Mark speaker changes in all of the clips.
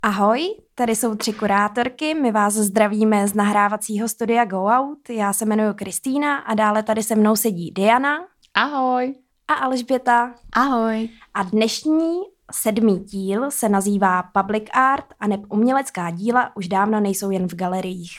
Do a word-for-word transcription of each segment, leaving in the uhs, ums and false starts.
Speaker 1: Ahoj, tady jsou tři kurátorky, my vás zdravíme z nahrávacího studia Go Out, já se jmenuji Kristýna a dále tady se mnou sedí Diana.
Speaker 2: Ahoj.
Speaker 1: A Alžběta.
Speaker 2: Ahoj.
Speaker 1: A dnešní sedmý díl se nazývá Public Art a neb umělecká díla už dávno nejsou jen v galeriích.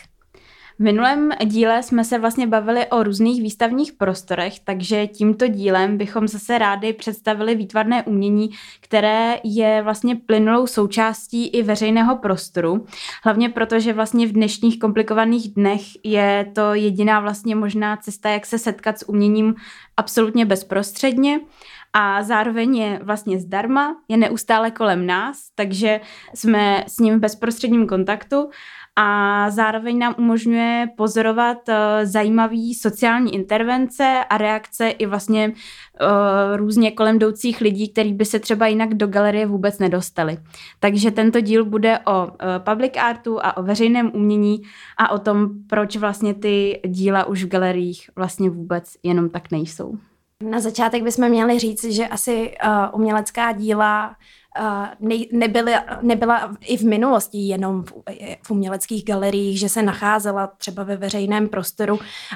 Speaker 2: V minulém díle jsme se vlastně bavili o různých výstavních prostorech, takže tímto dílem bychom zase rádi představili výtvarné umění, které je vlastně plynulou součástí i veřejného prostoru. Hlavně proto, že vlastně v dnešních komplikovaných dnech je to jediná vlastně možná cesta, jak se setkat s uměním absolutně bezprostředně. A zároveň je vlastně zdarma, je neustále kolem nás, takže jsme s ním v bezprostředním kontaktu a zároveň nám umožňuje pozorovat uh, zajímavý sociální intervence a reakce i vlastně uh, různě kolem jdoucích lidí, kteří by se třeba jinak do galerie vůbec nedostali. Takže tento díl bude o uh, public artu a o veřejném umění a o tom, proč vlastně ty díla už v galeriích vlastně vůbec jenom tak nejsou.
Speaker 1: Na začátek bychom měli říct, že asi uh, umělecká díla uh, ne, nebyla, nebyla i v minulosti jenom v, v uměleckých galeriích, že se nacházela třeba ve veřejném prostoru,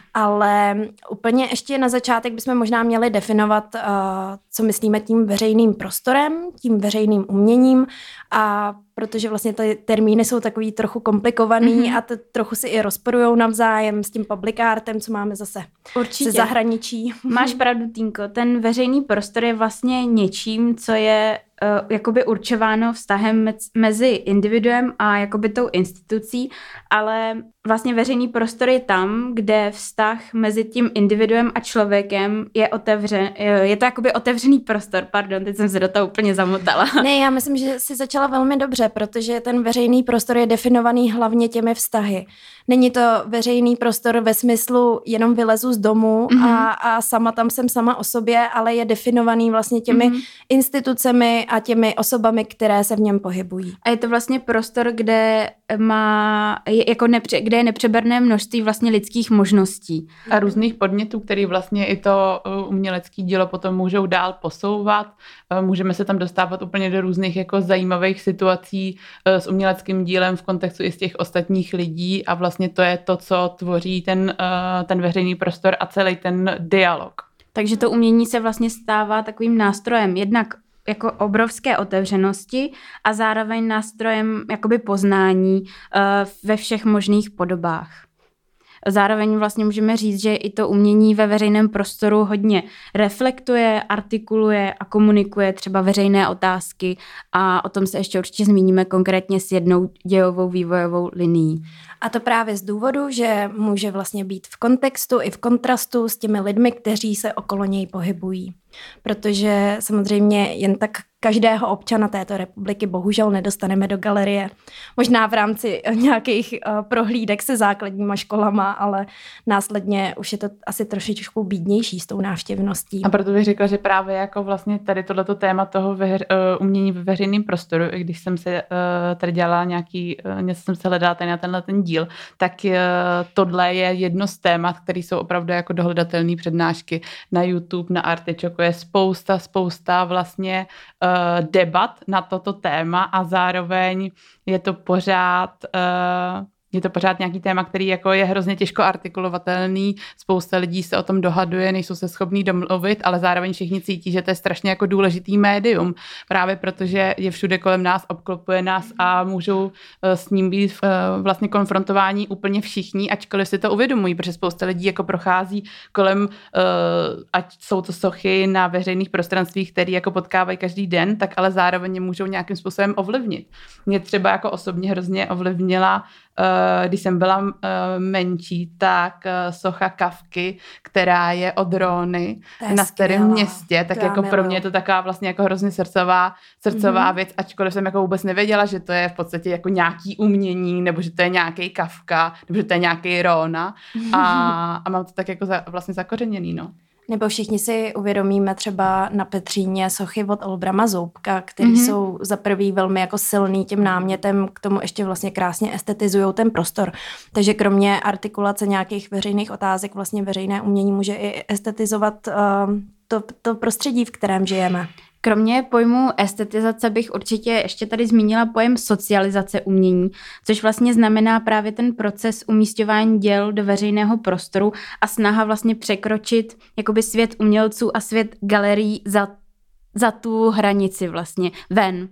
Speaker 1: ale úplně ještě na začátek bychom možná měli definovat, uh, co myslíme tím veřejným prostorem, tím veřejným uměním, a protože vlastně ty termíny jsou takový trochu komplikovaný mm-hmm. a to trochu si i rozporujou navzájem s tím public artem, co máme zase
Speaker 2: Určitě.
Speaker 1: ze zahraničí.
Speaker 2: Máš pravdu, Týnko, ten veřejný prostor je vlastně něčím, co je uh, jakoby určováno vztahem mez, mezi individuem a jakoby tou institucí, ale vlastně veřejný prostor je tam, kde vztah mezi tím individuem a člověkem je otevřen, je to jakoby otevřený prostor, pardon, teď jsem se do toho úplně zamotala.
Speaker 1: Ne, já myslím, že jsi začala velmi dobře, protože ten veřejný prostor je definovaný hlavně těmi vztahy. Není to veřejný prostor ve smyslu jenom vylezu z domu mm-hmm. a, a sama tam jsem sama o sobě, ale je definovaný vlastně těmi mm-hmm. institucemi a těmi osobami, které se v něm pohybují.
Speaker 2: A je to vlastně prostor, kde má, je, jako nepře, kde je nepřeberné množství vlastně lidských možností.
Speaker 3: A různých podnětů, který vlastně i to umělecké dílo potom můžou dál posouvat. Můžeme se tam dostávat úplně do různých jako zajímavých situací s uměleckým dílem v kontextu i z těch ostatních lidí a vlastně to je to, co tvoří ten, ten veřejný prostor a celý ten dialog.
Speaker 2: Takže to umění se vlastně stává takovým nástrojem jednak jako obrovské otevřenosti a zároveň nástrojem jakoby poznání uh, ve všech možných podobách. Zároveň vlastně můžeme říct, že i to umění ve veřejném prostoru hodně reflektuje, artikuluje a komunikuje třeba veřejné otázky a o tom se ještě určitě zmíníme konkrétně s jednou dějovou vývojovou linií.
Speaker 1: A to právě z důvodu, že může vlastně být v kontextu i v kontrastu s těmi lidmi, kteří se okolo něj pohybují. Protože samozřejmě jen tak každého občana této republiky bohužel nedostaneme do galerie. Možná v rámci nějakých uh, prohlídek se základníma školama, ale následně už je to asi trošičku bídnější s tou návštěvností.
Speaker 3: A proto bych řekla, že právě jako vlastně tady tohleto téma toho veř, uh, umění ve veřejném prostoru, i když jsem se uh, tady dělala nějaký, uh, něco jsem se hledala tady na tenhle ten díl, tak uh, tohle je jedno z témat, které jsou opravdu jako dohledatelné přednášky na YouTube, na Artičoku. Je spousta, spousta vlastně uh, debat na toto téma a zároveň je to pořád uh, je to pořád nějaký téma, který jako je hrozně těžko artikulovatelný, spousta lidí se o tom dohaduje, nejsou se schopní domluvit, ale zároveň všichni cítí, že to je strašně jako důležitý médium, právě protože je všude kolem nás, obklopuje nás a můžou s ním být vlastně konfrontování úplně všichni, ačkoliv si to uvědomují, protože spousta lidí jako prochází kolem, ať jsou to sochy na veřejných prostranstvích, které jako potkávají každý den, tak ale zároveň je můžou nějakým způsobem ovlivnit. Mě třeba jako osobně hrozně ovlivnila, když jsem byla menší, tak socha Kafky, která je od Róny na Starém Městě, tak jako pro mě je to taková vlastně jako hrozně srdcová, srdcová mm-hmm. věc, ačkoliv jsem jako vůbec nevěděla, že to je v podstatě jako nějaký umění, nebo že to je nějaký Kafka, nebo že to je nějaký Róna a, a mám to tak jako za, vlastně zakořeněný, no.
Speaker 1: Nebo všichni si uvědomíme třeba na Petříně sochy od Olbrama Zoubka, který mm-hmm. jsou za prvý velmi jako silný tím námětem, k tomu ještě vlastně krásně estetizujou ten prostor. Takže kromě artikulace nějakých veřejných otázek vlastně veřejné umění může i estetizovat uh, to, to prostředí, v kterém žijeme.
Speaker 2: Kromě pojmu estetizace bych určitě ještě tady zmínila pojem socializace umění, což vlastně znamená právě ten proces umísťování děl do veřejného prostoru a snaha vlastně překročit jakoby svět umělců a svět galerií za, za tu hranici vlastně ven,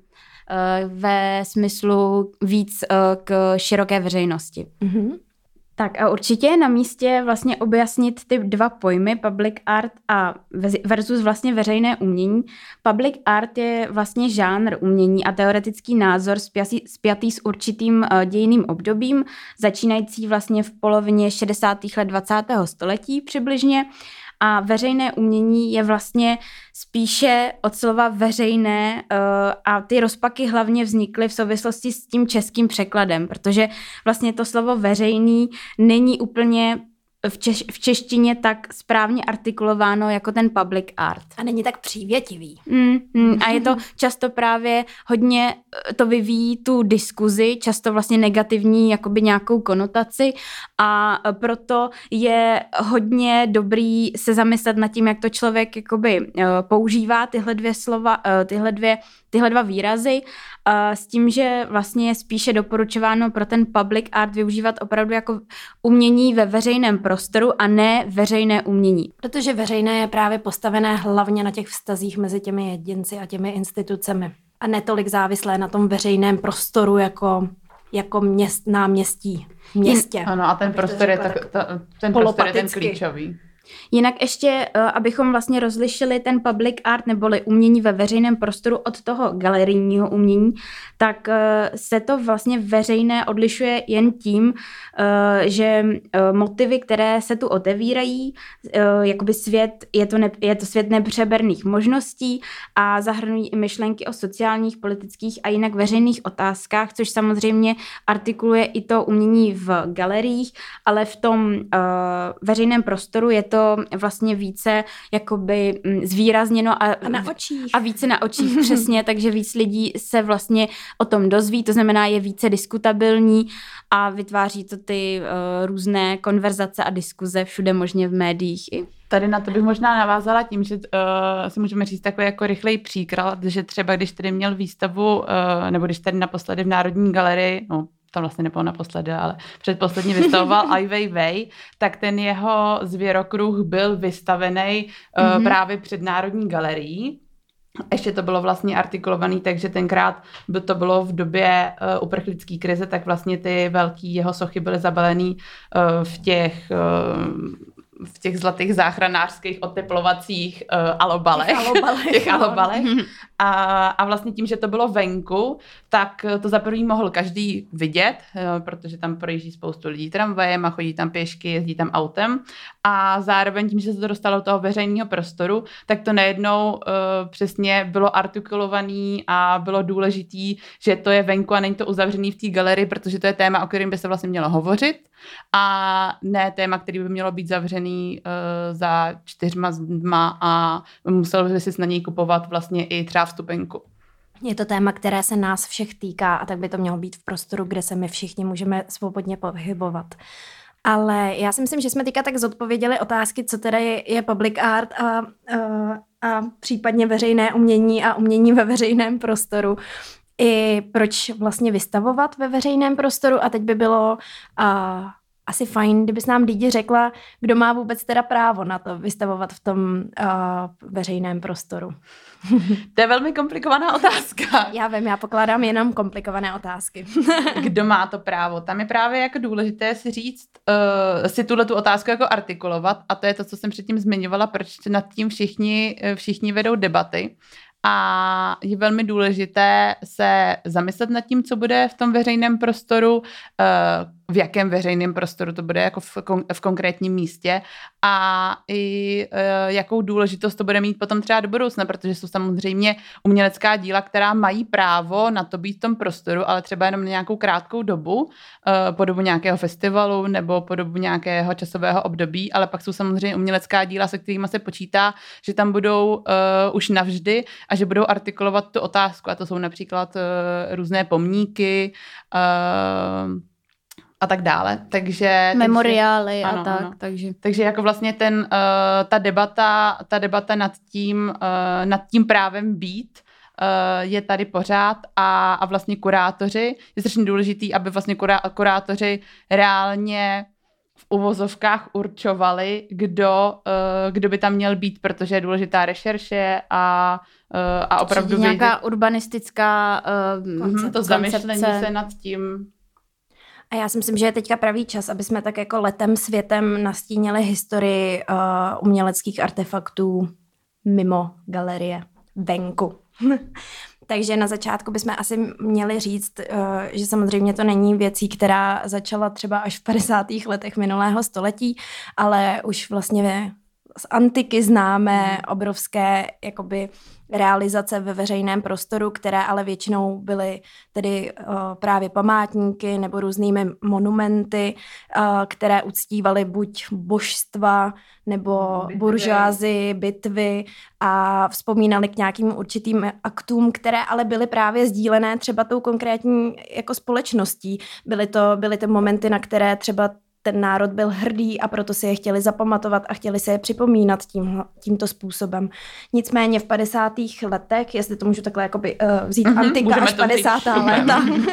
Speaker 2: ve smyslu víc k široké veřejnosti. Mm-hmm. Tak a určitě je na místě vlastně objasnit ty dva pojmy, public art a versus vlastně veřejné umění. Public art je vlastně žánr umění a teoretický názor spjatý, spjatý s určitým dějinným obdobím, začínající vlastně v polovině šedesátých let dvacátého století přibližně. A veřejné umění je vlastně spíše od slova veřejné a ty rozpaky hlavně vznikly v souvislosti s tím českým překladem, protože vlastně to slovo veřejný není úplně v, češ, v češtině tak správně artikulováno jako ten public art.
Speaker 1: A není tak přívětivý.
Speaker 2: Mm, mm, a je to často právě hodně, to vyvíjí tu diskuzi, často vlastně negativní jakoby nějakou konotaci a proto je hodně dobrý se zamyslet nad tím, jak to člověk jakoby používá tyhle dvě slova, tyhle dvě tyhle dva výrazy, s tím, že vlastně je spíše doporučováno pro ten public art využívat opravdu jako umění ve veřejném prostoru a ne veřejné umění.
Speaker 1: Protože veřejné je právě postavené hlavně na těch vztazích mezi těmi jedinci a těmi institucemi. A netolik závislé na tom veřejném prostoru jako, jako měst, náměstí, městě.
Speaker 3: Ano, a ten prostor je, tak, ta, ten prostor je ten klíčový.
Speaker 2: Jinak ještě, abychom vlastně rozlišili ten public art neboli umění ve veřejném prostoru od toho galerijního umění, tak se to vlastně veřejné odlišuje jen tím, že motivy, které se tu otevírají, jakoby svět, je to, ne, je to svět nepřeberných možností a zahrnují i myšlenky o sociálních, politických a jinak veřejných otázkách, což samozřejmě artikuluje i to umění v galeriích, ale v tom veřejném prostoru je to to vlastně více jakoby zvýrazněno a,
Speaker 1: a na očích.
Speaker 2: A více na očích, přesně, takže víc lidí se vlastně o tom dozví, to znamená je více diskutabilní a vytváří to ty uh, různé konverzace a diskuze všude možně v médiích i.
Speaker 3: Tady na to bych možná navázala tím, že uh, si můžeme říct takový jako rychlej příklad, že třeba když tady měl výstavu, uh, nebo když tady naposledy v Národní galerii, no tam vlastně nebylo naposledy, ale předposledně vystavoval Ai Weiwei, tak ten jeho zvěrokruh byl vystavený uh, mm-hmm. právě před Národní galerií. Ještě to bylo vlastně artikulovaný, takže tenkrát by to bylo v době uh, uprchlické krize, tak vlastně ty velký jeho sochy byly zabalený uh, v těch uh, v těch zlatých záchranářských oteplovacích uh, alobalech. Těch alobalech. těch alobalech. A, a vlastně tím, že to bylo venku, tak to za první mohl každý vidět, uh, protože tam projíždí spoustu lidí tramvajem a chodí tam pěšky, jezdí tam autem. A zároveň tím, že se to dostalo do toho veřejného prostoru, tak to najednou uh, přesně bylo artikulovaný a bylo důležitý, že to je venku a není to uzavřený v té galerii, protože to je téma, o kterém by se vlastně mělo hovořit. A ne téma, který by mělo být zavřený uh, za čtyřma zdma a musel by si na něj kupovat vlastně i třeba vstupenku.
Speaker 1: Je to téma, které se nás všech týká a tak by to mělo být v prostoru, kde se my všichni můžeme svobodně pohybovat. Ale já si myslím, že jsme teďka tak zodpověděli otázky, co teda je, je public art a, a, a případně veřejné umění a umění ve veřejném prostoru. I proč vlastně vystavovat ve veřejném prostoru a teď by bylo a, asi fajn, kdybys nám Didi řekla, kdo má vůbec teda právo na to vystavovat v tom a, veřejném prostoru.
Speaker 3: To je velmi komplikovaná otázka.
Speaker 1: Já vím, já pokládám jenom komplikované otázky.
Speaker 3: Kdo má to právo? Tam je právě jako důležité si říct, uh, si tuhle tu otázku jako artikulovat a to je to, co jsem předtím zmiňovala, proč nad tím všichni, všichni vedou debaty. A je velmi důležité se zamyslet nad tím, co bude v tom veřejném prostoru, v jakém veřejném prostoru to bude jako v, kon- v konkrétním místě a i jakou důležitost to bude mít potom třeba do budoucna, protože jsou samozřejmě umělecká díla, která mají právo na to být v tom prostoru, ale třeba jenom na nějakou krátkou dobu, po dobu nějakého festivalu nebo po dobu nějakého časového období, ale pak jsou samozřejmě umělecká díla, se kterými se počítá, že tam budou uh, už navždy a že budou artikulovat tu otázku a to jsou například uh, různé pomníky, uh, a tak dále. Takže
Speaker 2: memoriály
Speaker 3: takže,
Speaker 2: a
Speaker 3: ano,
Speaker 2: tak,
Speaker 3: ano.
Speaker 2: takže
Speaker 3: takže jako vlastně ten uh, ta debata, ta debata nad tím uh, nad tím právem být uh, je tady pořád a, a vlastně kurátoři, je strašně důležitý, aby vlastně kurá, kurátoři reálně v uvozovkách určovali, kdo, uh, kdo by tam měl být, protože je důležitá rešerše a, uh, a opravdu
Speaker 2: nějaká
Speaker 3: vědět,
Speaker 2: urbanistická uh,
Speaker 3: koncept, to zamyšlení se nad tím.
Speaker 1: A já si myslím, že je teďka pravý čas, aby jsme tak jako letem světem nastínili historii uh, uměleckých artefaktů mimo galerie, venku. Takže na začátku bychom asi měli říct, že samozřejmě to není věcí, která začala třeba až v padesátých letech minulého století, ale už vlastně z antiky známe obrovské jakoby realizace ve veřejném prostoru, které ale většinou byly tedy uh, právě památníky nebo různými monumenty, uh, které uctívaly buď božstva nebo
Speaker 3: bitvy.
Speaker 1: buržoázii, bitvy a vzpomínali k nějakým určitým aktům, které ale byly právě sdílené třeba tou konkrétní jako společností. Byly to, byly to momenty, na které třeba ten národ byl hrdý a proto si je chtěli zapamatovat a chtěli se je připomínat tím, tímto způsobem. Nicméně v padesátých letech, jestli to můžu takhle jakoby, uh, vzít mm-hmm, antika až padesátá léta, uh,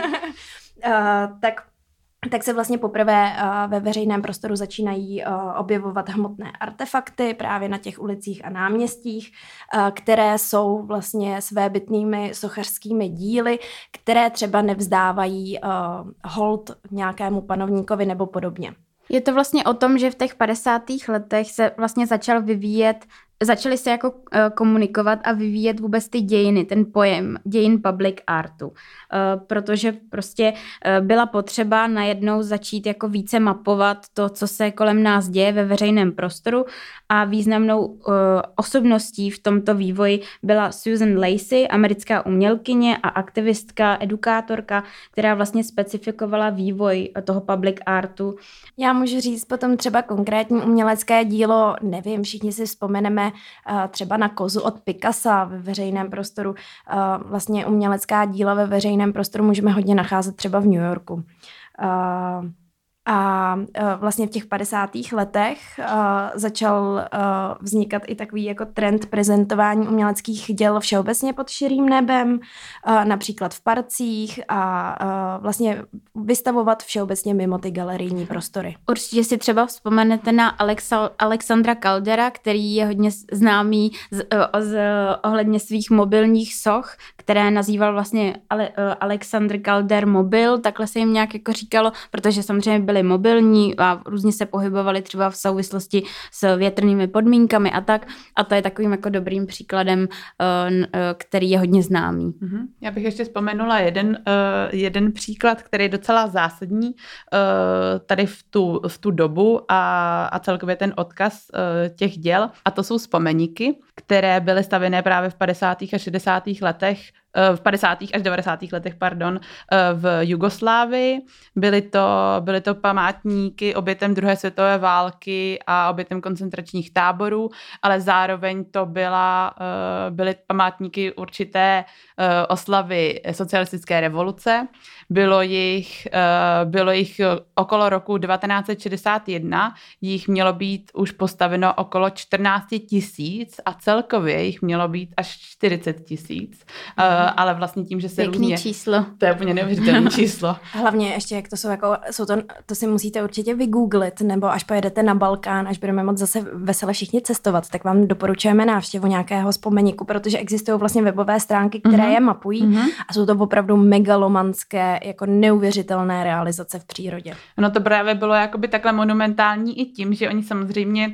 Speaker 1: tak, tak se vlastně poprvé uh, ve veřejném prostoru začínají uh, objevovat hmotné artefakty právě na těch ulicích a náměstích, uh, které jsou vlastně svébytnými sochařskými díly, které třeba nevzdávají uh, hold nějakému panovníkovi nebo podobně.
Speaker 2: Je to vlastně o tom, že v těch padesátých letech se vlastně začal vyvíjet, začaly se jako komunikovat a vyvíjet vůbec ty dějiny, ten pojem dějin public artu. Protože prostě byla potřeba najednou začít jako více mapovat to, co se kolem nás děje ve veřejném prostoru a významnou osobností v tomto vývoji byla Susan Lacy, americká umělkyně a aktivistka, edukátorka, která vlastně specifikovala vývoj toho public artu.
Speaker 1: Já můžu říct potom třeba konkrétní umělecké dílo, nevím, všichni si vzpomeneme třeba na Kozu od Picassa ve veřejném prostoru. Vlastně umělecká díla ve veřejném prostoru můžeme hodně nacházet třeba v New Yorku. A vlastně v těch padesátých letech začal vznikat i takový jako trend prezentování uměleckých děl všeobecně pod širým nebem, například v parcích a vlastně vystavovat všeobecně mimo ty galerijní prostory.
Speaker 2: Určitě si třeba vzpomenete na Alexa, Alexandra Caldera, který je hodně známý z, z, ohledně svých mobilních soch, které nazýval vlastně Ale, Alexander Calder mobil, takhle se jim nějak jako říkalo, protože samozřejmě byli mobilní a různě se pohybovali třeba v souvislosti s větrnými podmínkami a tak. A to je takovým jako dobrým příkladem, který je hodně známý.
Speaker 3: Já bych ještě vzpomenula jeden, jeden příklad, který je docela zásadní tady v tu, v tu dobu a, a celkově ten odkaz těch děl. A to jsou vzpomeníky, které byly stavěné právě v padesátých a šedesátých letech v padesátých až devadesátých letech, pardon, v Jugoslávii. Byly to, byly to památníky obětem druhé světové války a obětem koncentračních táborů, ale zároveň to byla, byly památníky určité oslavy socialistické revoluce. Bylo jich, bylo jich okolo roku devatenáct set šedesát jedna, jich mělo být už postaveno okolo čtrnáct tisíc a celkově jich mělo být až čtyřicet tisíc. Ale vlastně tím, že se
Speaker 2: Pěkný
Speaker 3: různě...
Speaker 2: číslo.
Speaker 3: To je úplně neuvěřitelné číslo.
Speaker 1: Hlavně ještě, jak to jsou jako, jsou to, to si musíte určitě vygooglit, nebo až pojedete na Balkán, až budeme moc zase vesele všichni cestovat, tak vám doporučujeme návštěvu nějakého vzpomeníku, protože existují vlastně webové stránky, které mm-hmm. je mapují mm-hmm. a jsou to opravdu megalomanské, jako neuvěřitelné realizace v přírodě.
Speaker 3: No to právě bylo jakoby takhle monumentální i tím, že oni samozřejmě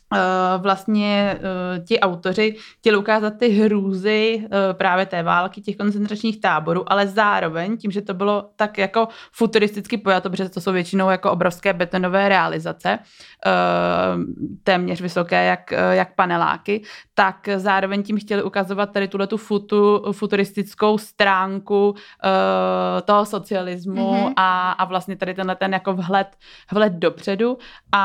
Speaker 3: vlastně ti autoři chtěli ukázat ty hrůzy právě té války, těch koncentračních táborů, ale zároveň tím, že to bylo tak jako futuristicky pojato, protože to jsou většinou jako obrovské betonové realizace, téměř vysoké jak, jak paneláky, tak zároveň tím chtěli ukazovat tady tuhletu futu, futuristickou stránku uh, toho socialismu mm-hmm. a, a vlastně tady tenhle ten jako vhled, vhled dopředu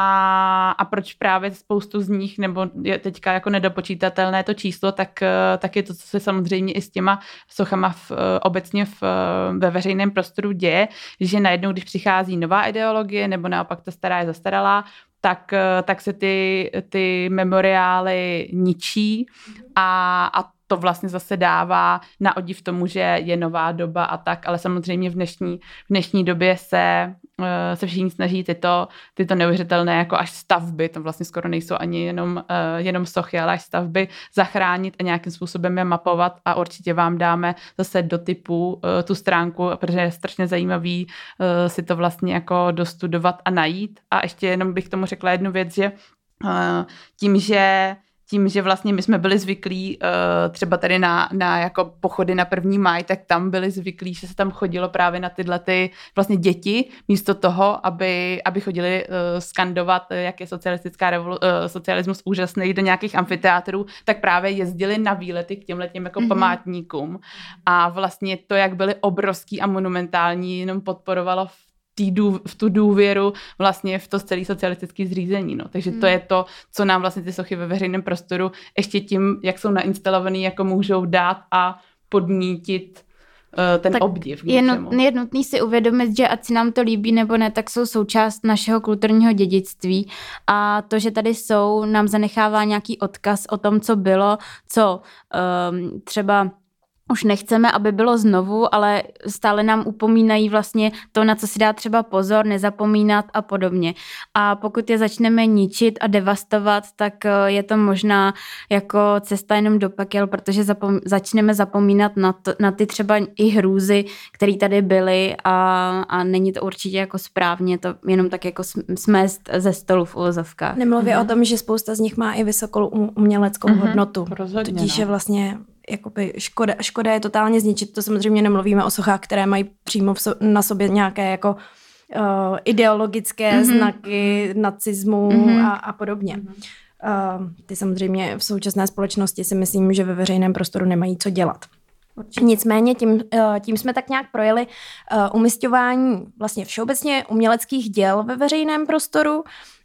Speaker 3: a, a proč právě spoustu z nich, nebo je teďka jako nedopočítatelné to číslo, tak, tak je to, co se samozřejmě i s těma sochama v, obecně v, ve veřejném prostoru děje, že najednou, když přichází nová ideologie nebo naopak ta stará je zastaralá, tak, tak se ty, ty memoriály ničí a, a to vlastně zase dává na odiv tomu, že je nová doba a tak, ale samozřejmě v dnešní, v dnešní době se, se všichni snaží tyto, tyto neuvěřitelné jako až stavby, to vlastně skoro nejsou ani jenom, jenom sochy, ale až stavby zachránit a nějakým způsobem je mapovat a určitě vám dáme zase do typu tu stránku, protože je strašně zajímavý si to vlastně jako dostudovat a najít. A ještě jenom bych tomu řekla jednu věc, že tím, že Tím, že vlastně my jsme byli zvyklí uh, třeba tady na, na jako pochody na první máj, tak tam byli zvyklí, že se tam chodilo právě na tyhle ty vlastně děti, místo toho, aby, aby chodili uh, skandovat, jak je socialistická revolu- uh, socialismus úžasný do nějakých amfiteátrů, tak právě jezdili na výlety k těmhletěm jako mm-hmm. památníkům. A vlastně to, jak byly obrovský a monumentální, jenom podporovalo v v tu důvěru vlastně v to celé socialistické zřízení. No. Takže to je to, co nám vlastně ty sochy ve veřejném prostoru ještě tím, jak jsou nainstalovaný, jako můžou dát a podnítit uh, ten
Speaker 2: tak
Speaker 3: obdiv.
Speaker 2: Je, nut, je nutný si uvědomit, že ať si nám to líbí nebo ne, tak jsou součást našeho kulturního dědictví a to, že tady jsou, nám zanechává nějaký odkaz o tom, co bylo, co um, třeba už nechceme, aby bylo znovu, ale stále nám upomínají vlastně to, na co si dá třeba pozor, nezapomínat a podobně. A pokud je začneme ničit a devastovat, tak je to možná jako cesta jenom do pekel, protože zapom- začneme zapomínat na, to, na ty třeba i hrůzy, které tady byly a, a není to určitě jako správně to jenom tak jako smést ze stolu v uvozovkách.
Speaker 1: Nemluvě mhm. o tom, že spousta z nich má i vysokou uměleckou mhm. hodnotu.
Speaker 3: Rozhodně,
Speaker 1: Tudíž
Speaker 3: no.
Speaker 1: je vlastně jakoby škoda, škoda je totálně zničit. To samozřejmě nemluvíme o sochách, které mají přímo v so, na sobě nějaké jako uh, ideologické mm-hmm. znaky nacismu mm-hmm. a, a podobně. Mm-hmm. Uh, ty samozřejmě v současné společnosti si myslím, že ve veřejném prostoru nemají co dělat. Určitě. Nicméně tím, tím jsme tak nějak projeli uh, umisťování vlastně všeobecně uměleckých děl ve veřejném prostoru,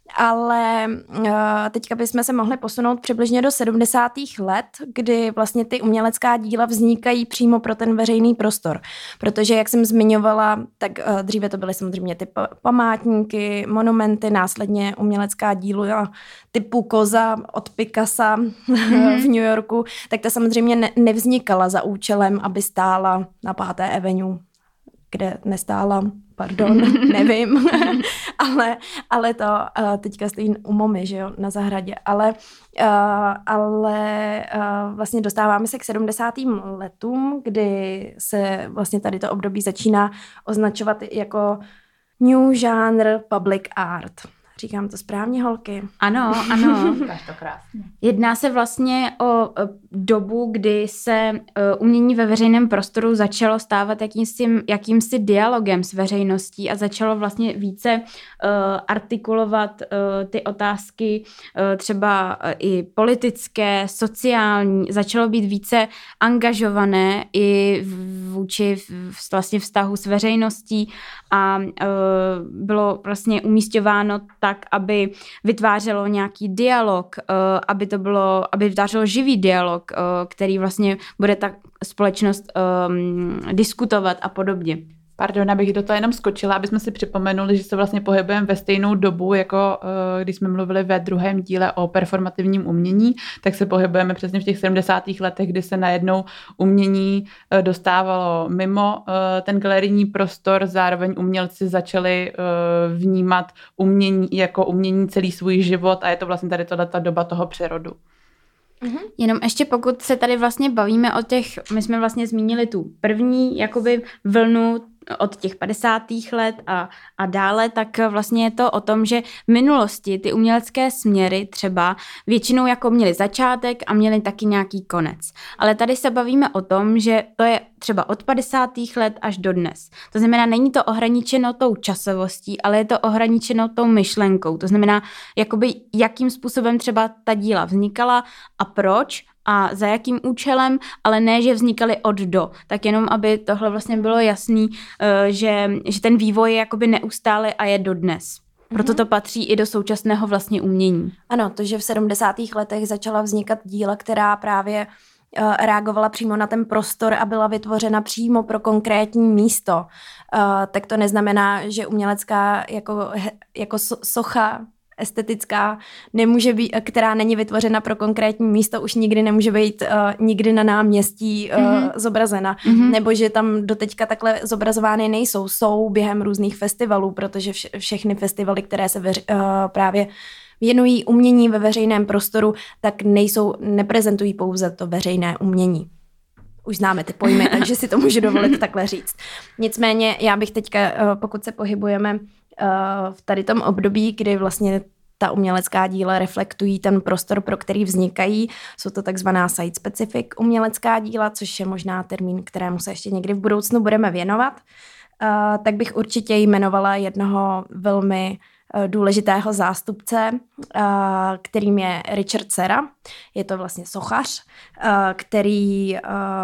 Speaker 1: ale uh, teďka bychom se mohli posunout přibližně do sedmdesátých let, kdy vlastně ty umělecká díla vznikají přímo pro ten veřejný prostor. Protože, jak jsem zmiňovala, tak uh, dříve to byly samozřejmě ty památníky, monumenty, následně umělecká díla typu Koza od Picassa mm-hmm. v New Yorku, tak ta samozřejmě ne- nevznikala za účelem, aby stála na Páté Avenue, kde nestála, pardon, nevím, ale, ale to uh, teďka stojí u Momy, že jo, na zahradě, ale, uh, ale uh, vlastně dostáváme se k sedmdesátým letům, kdy se vlastně tady to období začíná označovat jako new genre public art. Říkám to správně, holky?
Speaker 2: Ano, ano.
Speaker 3: Říkáš to krásně.
Speaker 2: Jedná se vlastně o dobu, kdy se umění ve veřejném prostoru začalo stávat jakýmsi, jakýmsi dialogem s veřejností a začalo vlastně více uh, artikulovat uh, ty otázky uh, třeba i politické, sociální, začalo být více angažované i vůči vlastně vztahu s veřejností a uh, bylo vlastně umísťováno tak, aby vytvářelo nějaký dialog, aby to bylo, aby vytvářelo živý dialog, který vlastně bude ta společnost um, diskutovat a podobně.
Speaker 3: Pardon, abych do toho jenom skočila, aby jsme si připomenuli, že se vlastně pohybujeme ve stejnou dobu, jako když jsme mluvili ve druhém díle o performativním umění, tak se pohybujeme přesně v těch sedmdesátých letech, kdy se najednou umění dostávalo mimo ten galerijní prostor, zároveň umělci začali vnímat umění jako umění celý svůj život a je to vlastně tady ta doba toho přerodu.
Speaker 2: Uhum. Jenom ještě pokud se tady vlastně bavíme o těch, my jsme vlastně zmínili tu první jakoby vlnu od těch padesátých let a, a dále, tak vlastně je to o tom, že v minulosti ty umělecké směry třeba většinou jako měly začátek a měly taky nějaký konec. Ale tady se bavíme o tom, že to je třeba od padesátých let až do dnes. To znamená, není to ohraničeno tou časovostí, ale je to ohraničeno tou myšlenkou. To znamená, jakoby jakým způsobem třeba ta díla vznikala a proč a za jakým účelem, ale ne, že vznikaly od do. Tak jenom, aby tohle vlastně bylo jasný, že, že ten vývoj je jakoby neustálý a je dodnes. Proto to patří i do současného vlastně umění.
Speaker 1: Ano, to, že v sedmdesátých letech začala vznikat díla, která právě reagovala přímo na ten prostor a byla vytvořena přímo pro konkrétní místo, tak to neznamená, že umělecká jako, jako socha estetická, nemůže být, která není vytvořena pro konkrétní místo, už nikdy nemůže být uh, nikdy na náměstí uh, mm-hmm. zobrazena. Mm-hmm. Nebo že tam doteďka takhle zobrazovány nejsou. Jsou během různých festivalů, protože vše, všechny festivaly, které se veř, uh, právě věnují umění ve veřejném prostoru, tak nejsou, neprezentují pouze to veřejné umění. Už známe ty pojmy, takže si to můžu dovolit takhle říct. Nicméně já bych teďka, pokud se pohybujeme v tady tom období, kdy vlastně ta umělecká díla reflektují ten prostor, pro který vznikají, jsou to takzvaná site-specific umělecká díla, což je možná termín, kterému se ještě někdy v budoucnu budeme věnovat, tak bych určitě jmenovala jednoho velmi důležitého zástupce, kterým je Richard Serra. Je to vlastně sochař, který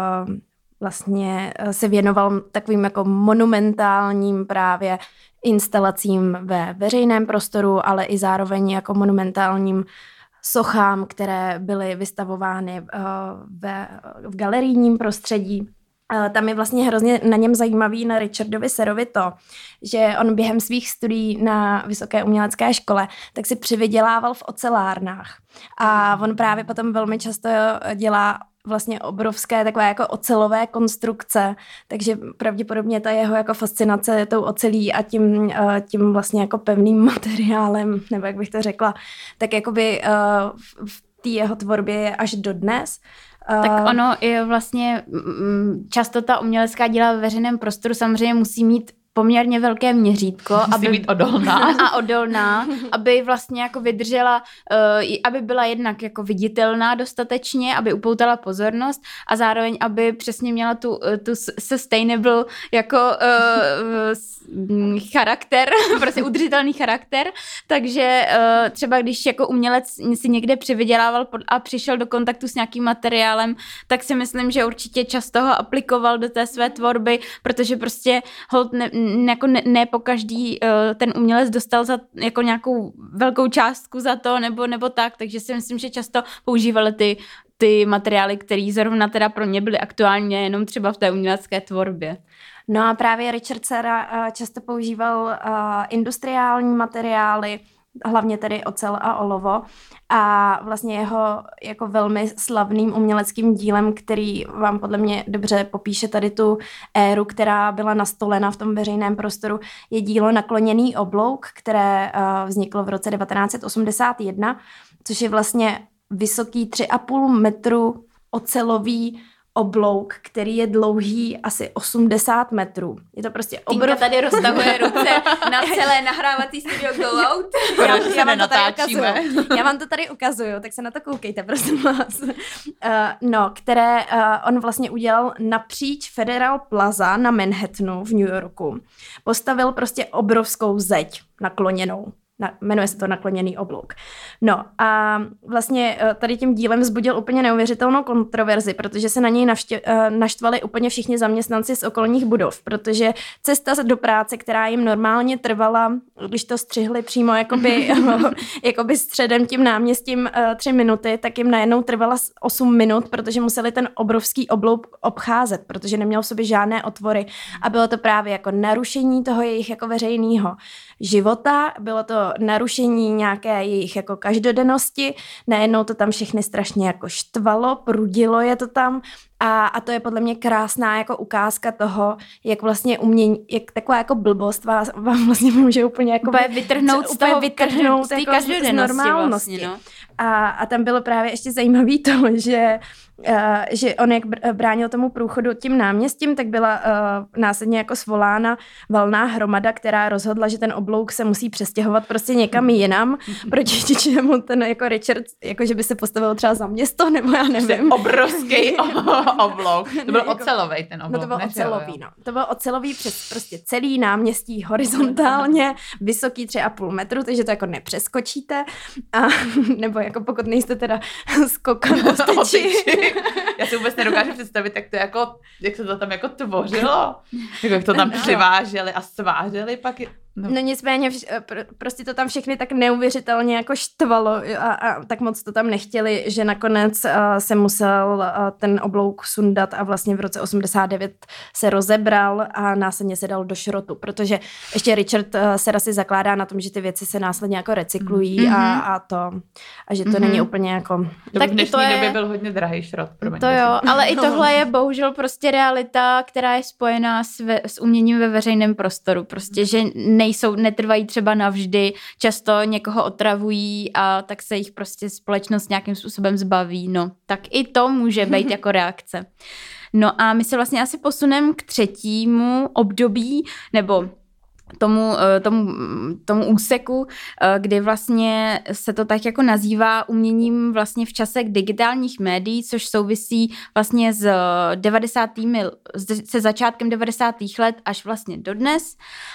Speaker 1: vlastně se věnoval takovým jako monumentálním právě instalacím ve veřejném prostoru, ale i zároveň jako monumentálním sochám, které byly vystavovány ve, v galerijním prostředí. Tam je vlastně hrozně na něm zajímavý, na Richardovi Serrovi to, že on během svých studií na Vysoké umělecké škole tak si přivydělával v ocelárnách. A on právě potom velmi často dělá vlastně obrovské takové jako ocelové konstrukce, takže pravděpodobně ta jeho jako fascinace tou ocelí a tím, tím vlastně jako pevným materiálem, nebo jak bych to řekla, tak jakoby v té jeho tvorbě je až dodnes.
Speaker 2: Tak ono je vlastně často ta umělecká díla ve veřejném prostoru samozřejmě musí mít poměrně velké měřítko,
Speaker 3: musí
Speaker 2: aby
Speaker 3: být odolná.
Speaker 2: A odolná, aby vlastně jako vydržela, uh, aby byla jednak jako viditelná dostatečně, aby upoutala pozornost a zároveň, aby přesně měla tu, tu sustainable jako uh, charakter, prostě udržitelný charakter, takže uh, třeba když jako umělec si někde přivydělával a přišel do kontaktu s nějakým materiálem, tak si myslím, že určitě často ho aplikoval do té své tvorby, protože prostě hold ne, jako ne, ne po každý uh, ten umělec dostal za jako nějakou velkou částku za to, nebo, nebo tak, takže si myslím, že často používali ty, ty materiály, které zrovna teda pro ně byly aktuálně jenom třeba v té umělecké tvorbě.
Speaker 1: No a právě Richard Serra uh, často používal uh, industriální materiály, hlavně tedy ocel a olovo. A vlastně jeho jako velmi slavným uměleckým dílem, který vám podle mě dobře popíše tady tu éru, která byla nastolena v tom veřejném prostoru, je dílo Nakloněný oblouk, které uh, vzniklo v roce devatenáct set osmdesát jedna, což je vlastně vysoký tři a půl metru ocelový oblouk, který je dlouhý asi osmdesát metrů. Je to prostě
Speaker 2: obrovský. Týnka tady roztahuje ruce na celé nahrávací studio Go Out.
Speaker 1: Já, já, vám to tady ukazuju. já vám to tady ukazuju, tak se na to koukejte, prosím vás. Uh, no, které uh, on vlastně udělal napříč Federal Plaza na Manhattanu v New Yorku. Postavil prostě obrovskou zeď nakloněnou. Na, jmenuje se to Nakloněný oblouk. No a vlastně tady tím dílem vzbudil úplně neuvěřitelnou kontroverzi, protože se na něj navště, naštvali úplně všichni zaměstnanci z okolních budov, protože cesta do práce, která jim normálně trvala, když to střihli přímo jakoby, jakoby středem tím náměstím tři minuty, tak jim najednou trvala osm minut, protože museli ten obrovský oblouk obcházet, protože neměl v sobě žádné otvory a bylo to právě jako narušení toho jejich jako veřejného života, bylo to narušení nějaké jejich jako každodennosti, najednou to tam všechny strašně jako štvalo, prudilo je to tam A, a to je podle mě krásná jako ukázka toho, jak vlastně umění, jak taková jako blbost vás, vám vlastně může úplně jako
Speaker 2: úplně vytrhnout z toho,
Speaker 1: vytrhnout
Speaker 2: z
Speaker 1: jako z, z normálnosti. Vlastně, no. a, a tam bylo právě ještě zajímavý to, že Uh, že on jak bránil tomu průchodu tím náměstím, tak byla uh, následně jako svolána valná hromada, která rozhodla, že ten oblouk se musí přestěhovat prostě někam jinam, proti čemu ten jako Richard, jako že by se postavil třeba za město, nebo já nevím.
Speaker 3: Obrovský oblouk. To byl ocelový ten oblouk.
Speaker 1: No to byl ocelový, no. To byl ocelový přes prostě celý náměstí horizontálně, vysoký tři a půl metru, takže to jako nepřeskočíte. A, nebo jako pokud nejste teda skokan ostyči.
Speaker 3: Já si vůbec nedokážu představit, jak to jako, jak se to tam jako tvořilo. Jako jak to tam přiváželi a sváželi pak. Je...
Speaker 1: No. no nicméně vš- pr- prostě to tam všechny tak neuvěřitelně jako štvalo a, a tak moc to tam nechtěli, že nakonec uh, se musel uh, ten oblouk sundat a vlastně v roce osmdesát devět se rozebral a následně se dal do šrotu, protože ještě Richard uh, se asi zakládá na tom, že ty věci se následně jako recyklují mm-hmm. a, a to a že to mm-hmm. není úplně jako...
Speaker 3: To tak v dnešní to je... době byl hodně drahý šrot.
Speaker 2: Promiň, to jo, ale i tohle je bohužel prostě realita, která je spojená s, ve, s uměním ve veřejném prostoru. Prostě, že nejsou, netrvají třeba navždy, často někoho otravují a tak se jich prostě společnost nějakým způsobem zbaví. No, tak i to může být jako reakce. No a my se vlastně asi posuneme k třetímu období, nebo tomu, tomu, tomu úseku, kdy vlastně se to tak jako nazývá uměním vlastně v čase digitálních médií, což souvisí vlastně s devadesátými se začátkem devadesátých let až vlastně dodnes.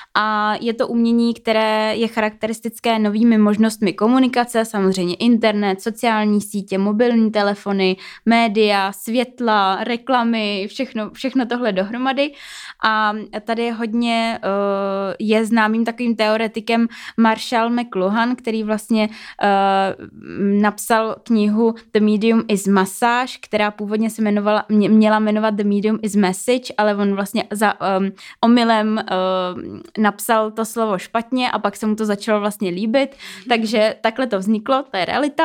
Speaker 2: A je to umění, které je charakteristické novými možnostmi komunikace, samozřejmě internet, sociální sítě, mobilní telefony, média, světla, reklamy, všechno, všechno tohle dohromady. A tady hodně uh, je známým takovým teoretikem Marshall McLuhan, který vlastně uh, napsal knihu The Medium is Massage, která původně se jmenovala, mě, měla jmenovat The Medium is Message, ale on vlastně za um, omylem uh, napsal to slovo špatně a pak se mu to začalo vlastně líbit, mm. takže takhle to vzniklo, to je realita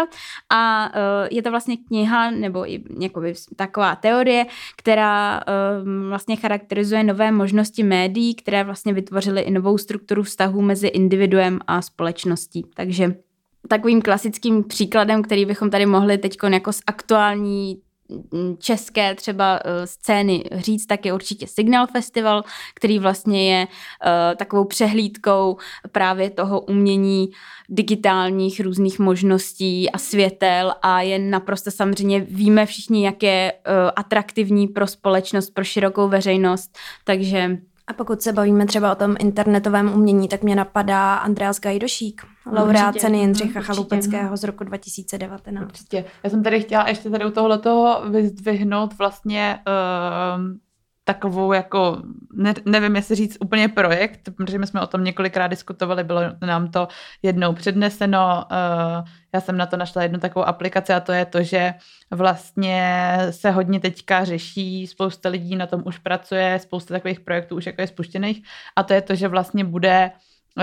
Speaker 2: a uh, je to vlastně kniha nebo i jakoby taková teorie, která uh, vlastně charakterizuje nové možnosti médií, které vlastně vytvořily i novou strukturu vztahů mezi individuem a společností. Takže takovým klasickým příkladem, který bychom tady mohli teď jako z aktuální české třeba scény říct, tak je určitě Signal Festival, který vlastně je uh, takovou přehlídkou právě toho umění digitálních různých možností a světel a je naprosto samozřejmě, víme všichni, jak je uh, atraktivní pro společnost, pro širokou veřejnost, takže...
Speaker 1: A pokud se bavíme třeba o tom internetovém umění, tak mě napadá Andreas Gajdošík, laureát ceny Jindřicha Chaloupeckého z roku dva tisíce devatenáct.
Speaker 3: Určitě. Já jsem tady chtěla ještě tady u tohletoho vyzdvihnout vlastně uh, takovou jako, ne, nevím jestli říct úplně projekt, protože my jsme o tom několikrát diskutovali, bylo nám to jednou předneseno, uh, já jsem na to našla jednu takovou aplikaci a to je to, že vlastně se hodně teďka řeší, spousta lidí na tom už pracuje, spousta takových projektů už jako je spuštěných a to je to, že vlastně bude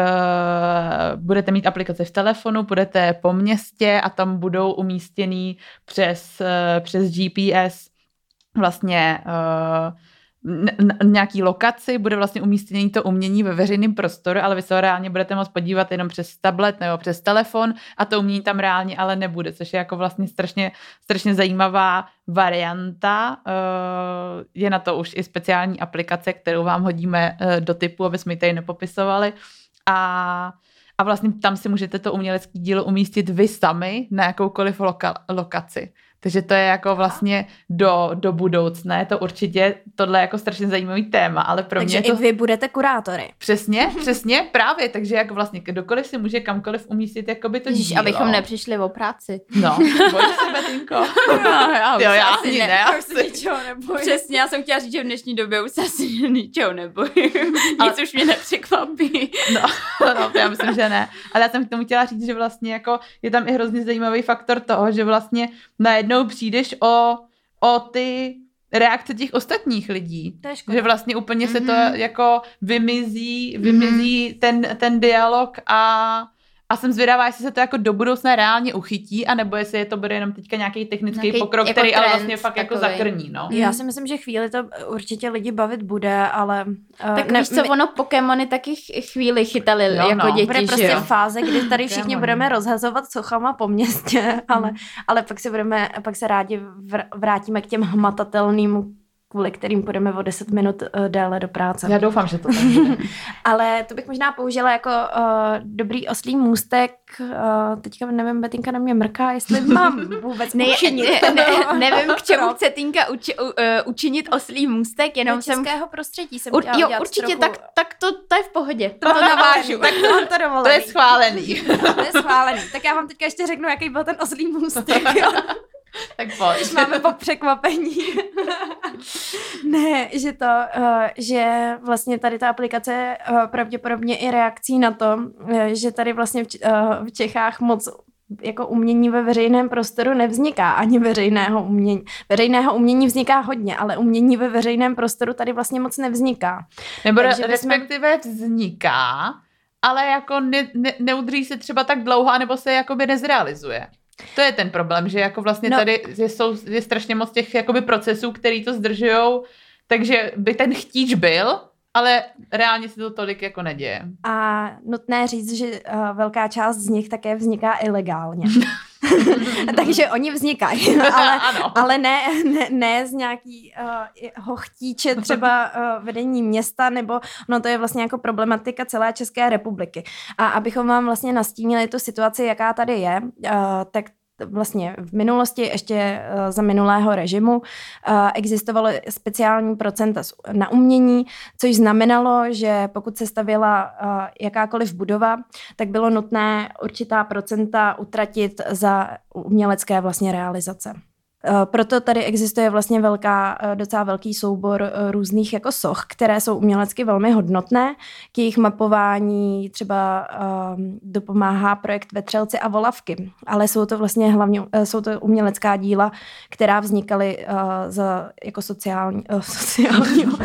Speaker 3: Uh, budete mít aplikaci v telefonu, budete po městě a tam budou umístěný přes, uh, přes G P S vlastně uh, n- n- nějaký lokaci, bude vlastně umístěný to umění ve veřejném prostoru, ale vy se ho reálně budete moct podívat jenom přes tablet nebo přes telefon a to umění tam reálně ale nebude, což je jako vlastně strašně, strašně zajímavá varianta. Uh, je na to už i speciální aplikace, kterou vám hodíme uh, do typu, aby jsme ji tady nepopisovali. A, a vlastně tam si můžete to umělecké dílo umístit vy sami na jakoukoliv loka, lokaci. Takže to je jako vlastně do, do budoucna. Je to určitě tohle jako strašně zajímavý téma, ale pro
Speaker 1: takže
Speaker 3: mě to...
Speaker 1: i vy budete kurátory.
Speaker 3: Přesně, přesně, právě. Takže jako vlastně kdokoliv si může kamkoliv umístit jakoby to dílo.
Speaker 2: Abychom nepřišli o práci.
Speaker 3: No, bojíš se, Betinko? No, já,
Speaker 2: jo, já
Speaker 3: asi ne,
Speaker 2: ne
Speaker 3: asi.
Speaker 2: se ničeho nebojím. Přesně, já jsem chtěla říct, že v dnešní době už se asi ničeho nebojím. Ale... Nic už mě nepřekvapí.
Speaker 3: No, no, já myslím, že ne. Ale já jsem k tomu chtěla říct, že vlastně jako je tam i hrozně zajímavý faktor toho, že vlastně najednou přijdeš o, o ty reakce těch ostatních lidí. Že vlastně úplně mm-hmm. se to jako vymizí, vymizí mm-hmm. ten, ten dialog a, A jsem zvědavá, jestli se to jako do budoucna reálně uchytí, anebo jestli je to bude jenom teďka nějaký technický nějaký pokrok, jako který trend, ale vlastně fakt takový. Jako zakrní. No.
Speaker 1: Já si myslím, že chvíli to určitě lidi bavit bude, ale... Uh,
Speaker 2: tak ne, víš co, my... ono Pokémony taky chvíli chytali jo, jako no. děti,
Speaker 1: bude prostě fáze, kdy tady všichni budeme rozhazovat sochama po městě, ale, ale pak se budeme, pak se rádi vrátíme k těm hmatatelným, kvůli kterým půjdeme o deset minut uh, déle do práce.
Speaker 3: Já doufám, že to tak bude.
Speaker 1: Ale to bych možná použila jako uh, dobrý oslý můstek. Uh, teďka nevím, Betinka na mě mrká, jestli mám vůbec ne, učinit.
Speaker 2: Ne, ne, nevím, k čemu chce Tinka uči, uh, učinit oslý můstek, jenom
Speaker 1: do
Speaker 2: jsem...
Speaker 1: českého prostředí jsem
Speaker 2: U,
Speaker 1: chtěla
Speaker 2: Jo, určitě,
Speaker 1: trochu...
Speaker 2: tak, tak to, to je v pohodě.
Speaker 1: To, to navážu. Tak to mám to dovolený.
Speaker 3: To je schválený.
Speaker 1: To je schválený. Tak já vám teďka ještě řeknu, jaký byl ten oslý můstek.
Speaker 3: Tak pojď.
Speaker 1: Už máme po překvapení. Ne, že to, uh, že vlastně tady ta aplikace je uh, pravděpodobně i reakcí na to, uh, že tady vlastně v, uh, v Čechách moc jako umění ve veřejném prostoru nevzniká, ani veřejného umění. Veřejného umění vzniká hodně, ale umění ve veřejném prostoru tady vlastně moc nevzniká.
Speaker 3: Nebo Takže respektive jsme... vzniká, ale jako ne, ne, neudrží se třeba tak dlouho, anebo se jakoby nezrealizuje. To je ten problém, že jako vlastně no. tady je, jsou, je strašně moc těch jakoby procesů, který to zdržujou, takže by ten chtíč byl, ale reálně se to tolik jako neděje.
Speaker 1: A nutné říct, že uh, velká část z nich také vzniká ilegálně. Takže oni vznikají, ale, ale ne, ne, ne z nějakého uh, chtíče třeba uh, vedení města, nebo no to je vlastně jako problematika celé České republiky. A abychom vám vlastně nastínili tu situaci, jaká tady je, uh, tak vlastně v minulosti, ještě za minulého režimu, existovalo speciální procenta na umění, což znamenalo, že pokud se stavěla jakákoliv budova, tak bylo nutné určitá procenta utratit za umělecké vlastně realizace. Proto tady existuje vlastně velká, docela velký soubor různých jako soch, které jsou umělecky velmi hodnotné. K jejich mapování třeba um, dopomáhá projekt Vetřelci a volavky, ale jsou to vlastně hlavně jsou to umělecká díla, která vznikaly uh, za jako sociální, uh, sociálního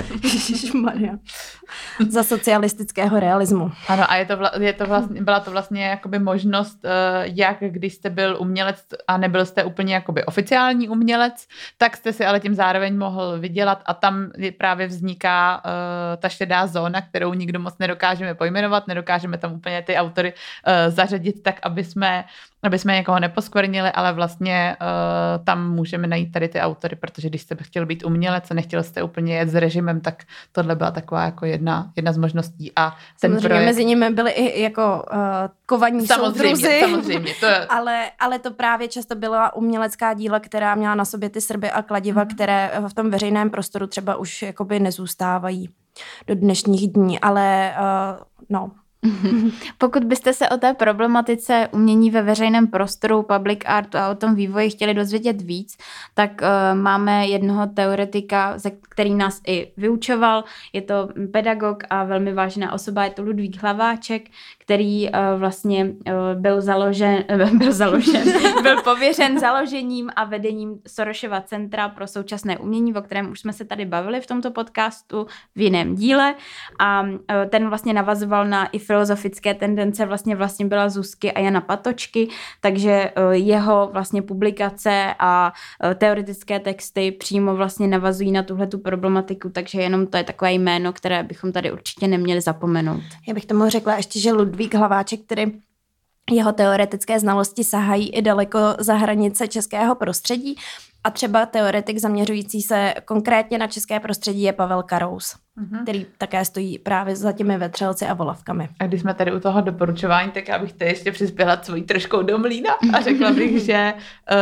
Speaker 1: za socialistického realismu.
Speaker 3: Ano, a je to, vla, je to vlastně, byla to vlastně jakoby možnost, uh, jak když jste byl umělec a nebyl jste úplně jakoby oficiální umělec, tak jste si ale tím zároveň mohl vydělat a tam právě vzniká uh, ta šedá zóna, kterou nikdo moc nedokážeme pojmenovat, nedokážeme tam úplně ty autory uh, zařadit tak, aby jsme, aby jsme někoho neposkvrnili, ale vlastně uh, tam můžeme najít tady ty autory, protože když jste chtěl být umělec a nechtěl jste úplně jet s režimem, tak tohle byla taková jako jedna, jedna z možností. A ten
Speaker 1: samozřejmě projekt... mezi nimi byly i jako uh, kovaní
Speaker 3: samozřejmě,
Speaker 1: soudruzi,
Speaker 3: samozřejmě, to je...
Speaker 1: ale, ale to právě často byla umělecká díla, která měla na sobě ty srby a kladiva, mm. které v tom veřejném prostoru třeba už jakoby nezůstávají do dnešních dní, ale uh, no...
Speaker 2: Pokud byste se o té problematice umění ve veřejném prostoru, public art a o tom vývoji chtěli dozvědět víc, tak uh, máme jednoho teoretika, který nás i vyučoval. Je to pedagog a velmi vážená osoba, je to Ludvík Hlaváček, který uh, vlastně uh, byl založen, uh, byl založen, byl pověřen založením a vedením Sorošova centra pro současné umění, o kterém už jsme se tady bavili v tomto podcastu v jiném díle. A uh, ten vlastně navazoval na i filozofické tendence, vlastně vlastně byla Zuzky a Jana Patočky, takže uh, jeho vlastně publikace a uh, teoretické texty přímo vlastně navazují na tuhletu problematiku, takže jenom to je takové jméno, které bychom tady určitě neměli zapomenout.
Speaker 1: Já bych tomu řekla ještě, že Ludvík Hlaváček, který jeho teoretické znalosti sahají i daleko za hranice českého prostředí a třeba teoretik zaměřující se konkrétně na české prostředí je Pavel Karous, mm-hmm. který také stojí právě za těmi Vetřelci a volavkami.
Speaker 3: A když jsme tady u toho doporučování, tak já bych tady ještě přispěla svojí troškou do mlýna a řekla bych, že,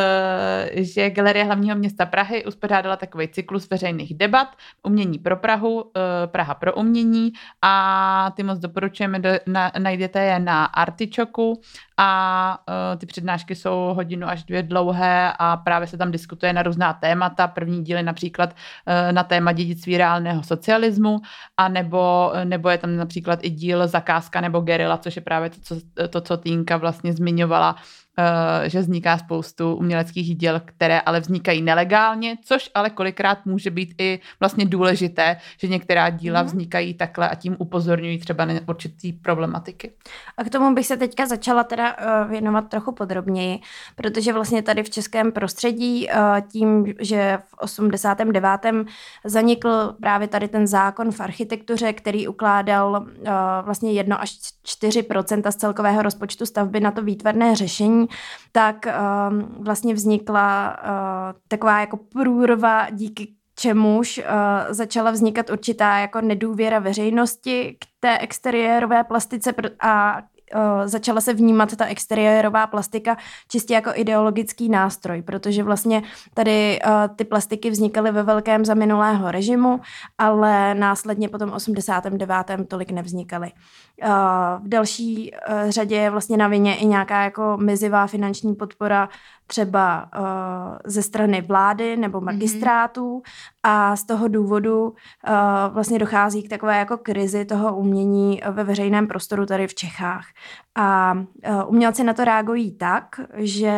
Speaker 3: uh, že Galerie hlavního města Prahy uspořádala takový cyklus veřejných debat, umění pro Prahu, uh, Praha pro umění a ty moc doporučujeme, do, na, najdete je na Artičoku a uh, ty přednášky jsou hodinu až dvě dlouhé a právě se tam diskutuje na různá témata. První díl je například uh, na téma dědictví reálného socialismu, kapitalismu, a nebo, nebo je tam například i díl Zakázka nebo Gerila, což je právě to, co, to, co Týnka vlastně zmiňovala, že vzniká spoustu uměleckých děl, které ale vznikají nelegálně, což ale kolikrát může být i vlastně důležité, že některá díla vznikají takhle a tím upozorňují třeba na určitý problematiky.
Speaker 1: A k tomu bych se teďka začala teda věnovat trochu podrobněji, protože vlastně tady v českém prostředí tím, že v osmdesátém devátém zanikl právě tady ten zákon v architektuře, který ukládal vlastně jedno až čtyři procenta z celkového rozpočtu stavby na to výtvarné řešení, tak um, vlastně vznikla uh, taková jako průrva, díky čemuž uh, začala vznikat určitá jako nedůvěra veřejnosti k té exteriérové plastice a uh, začala se vnímat ta exteriérová plastika čistě jako ideologický nástroj, protože vlastně tady uh, ty plastiky vznikaly ve velkém za minulého režimu, ale následně po tom osmdesátém devátém tolik nevznikaly. Uh, v další uh, řadě je vlastně na vině i nějaká jako mizivá finanční podpora třeba uh, ze strany vlády nebo magistrátů mm-hmm. a z toho důvodu uh, vlastně dochází k takové jako krizi toho umění ve veřejném prostoru tady v Čechách. A uh, umělci na to reagují tak, že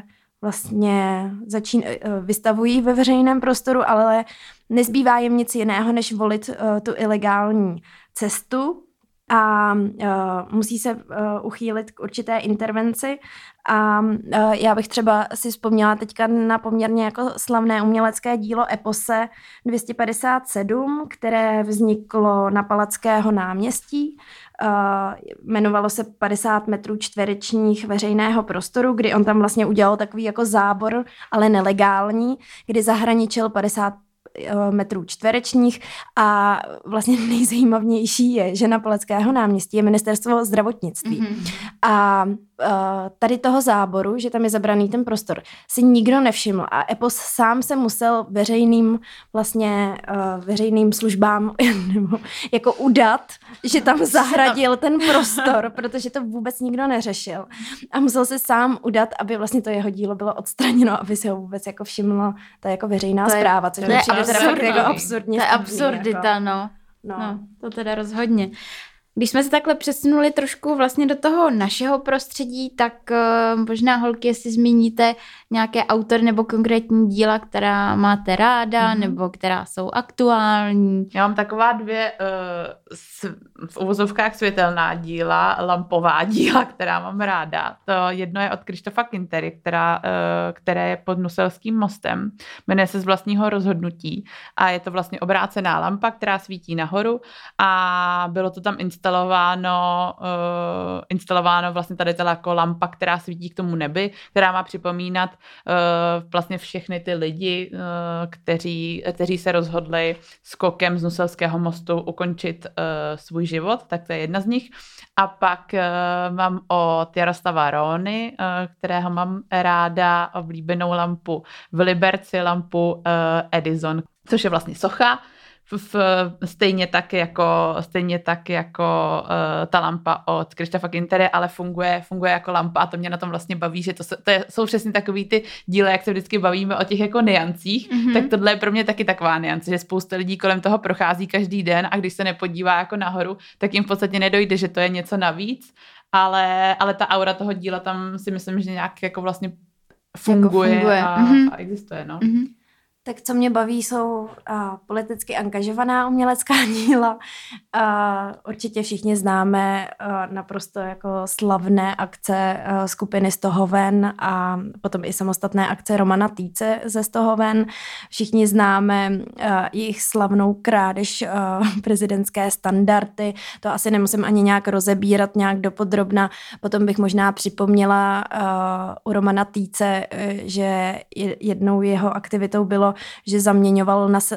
Speaker 1: vlastně začín, uh, vystavují ve veřejném prostoru, ale nezbývá jim nic jiného, než volit uh, tu ilegální cestu, a uh, musí se uh, uchýlit k určité intervenci. A uh, já bych třeba si vzpomněla teďka na poměrně jako slavné umělecké dílo Epose dvě stě padesát sedm, které vzniklo na Palackého náměstí. Uh, jmenovalo se padesát metrů čtverečních veřejného prostoru, kdy on tam vlastně udělal takový jako zábor, ale nelegální, kdy zahraničil padesát metrů čtverečních a vlastně nejzajímavější je, že na Palackého náměstí je ministerstvo zdravotnictví. Mm-hmm. A uh, tady toho záboru, že tam je zabraný ten prostor, si nikdo nevšiml a Epos sám se musel veřejným vlastně uh, veřejným službám nebo jako udat, že tam zahradil ten prostor, protože to vůbec nikdo neřešil. A musel se sám udat, aby vlastně to jeho dílo bylo odstraněno, aby si ho vůbec jako všimla ta jako veřejná správa, což mi přijde teda fakt jako absurdně.
Speaker 2: To je absurdita, jako. no. No. no. To teda rozhodně. Když jsme se takhle přesunuli trošku vlastně do toho našeho prostředí, tak uh, možná holky, jestli zmíníte nějaké autory nebo konkrétní díla, která máte ráda, mm-hmm. nebo která jsou aktuální.
Speaker 3: Já mám taková dvě uh, s, v uvozovkách světelná díla, lampová díla, která mám ráda. To jedno je od Krištofa Kintery, která, uh, které je pod Nuselským mostem. Jmenuje se Z vlastního rozhodnutí a je to vlastně obrácená lampa, která svítí nahoru a bylo to tam instalováno, uh, instalováno vlastně tady ta jako lampa, která svítí k tomu nebi, která má připomínat uh, vlastně všechny ty lidi, uh, kteří, kteří se rozhodli skokem z Nuselského mostu ukončit uh, svůj život, tak to je jedna z nich. A pak uh, mám od Jaroslava Róny, uh, kterého mám ráda, oblíbenou lampu v Liberci, lampu uh, Edison, což je vlastně socha, V, stejně tak jako, stejně tak jako uh, ta lampa od Krištofa Kintery, ale funguje, funguje jako lampa a to mě na tom vlastně baví, že to, to je, jsou přesně takový ty díly, jak se vždycky bavíme o těch jako niancích, mm-hmm. tak tohle je pro mě taky taková niance, že spousta lidí kolem toho prochází každý den a když se nepodívá jako nahoru, tak jim v podstatě nedojde, že to je něco navíc, ale, ale ta aura toho díla tam si myslím, že nějak jako vlastně funguje, jako funguje. A, mm-hmm. a existuje, no. Mm-hmm.
Speaker 1: Tak co mě baví, jsou uh, politicky angažovaná umělecká díla. Uh, určitě všichni známe uh, naprosto jako slavné akce uh, skupiny Stohoven a potom i samostatné akce Romana Týce ze Stohoven. Všichni známe uh, jejich slavnou krádež uh, prezidentské standardy. To asi nemusím ani nějak rozebírat nějak dopodrobna. Potom bych možná připomněla uh, u Romana Týce, uh, že jednou jeho aktivitou bylo, že zaměňoval na,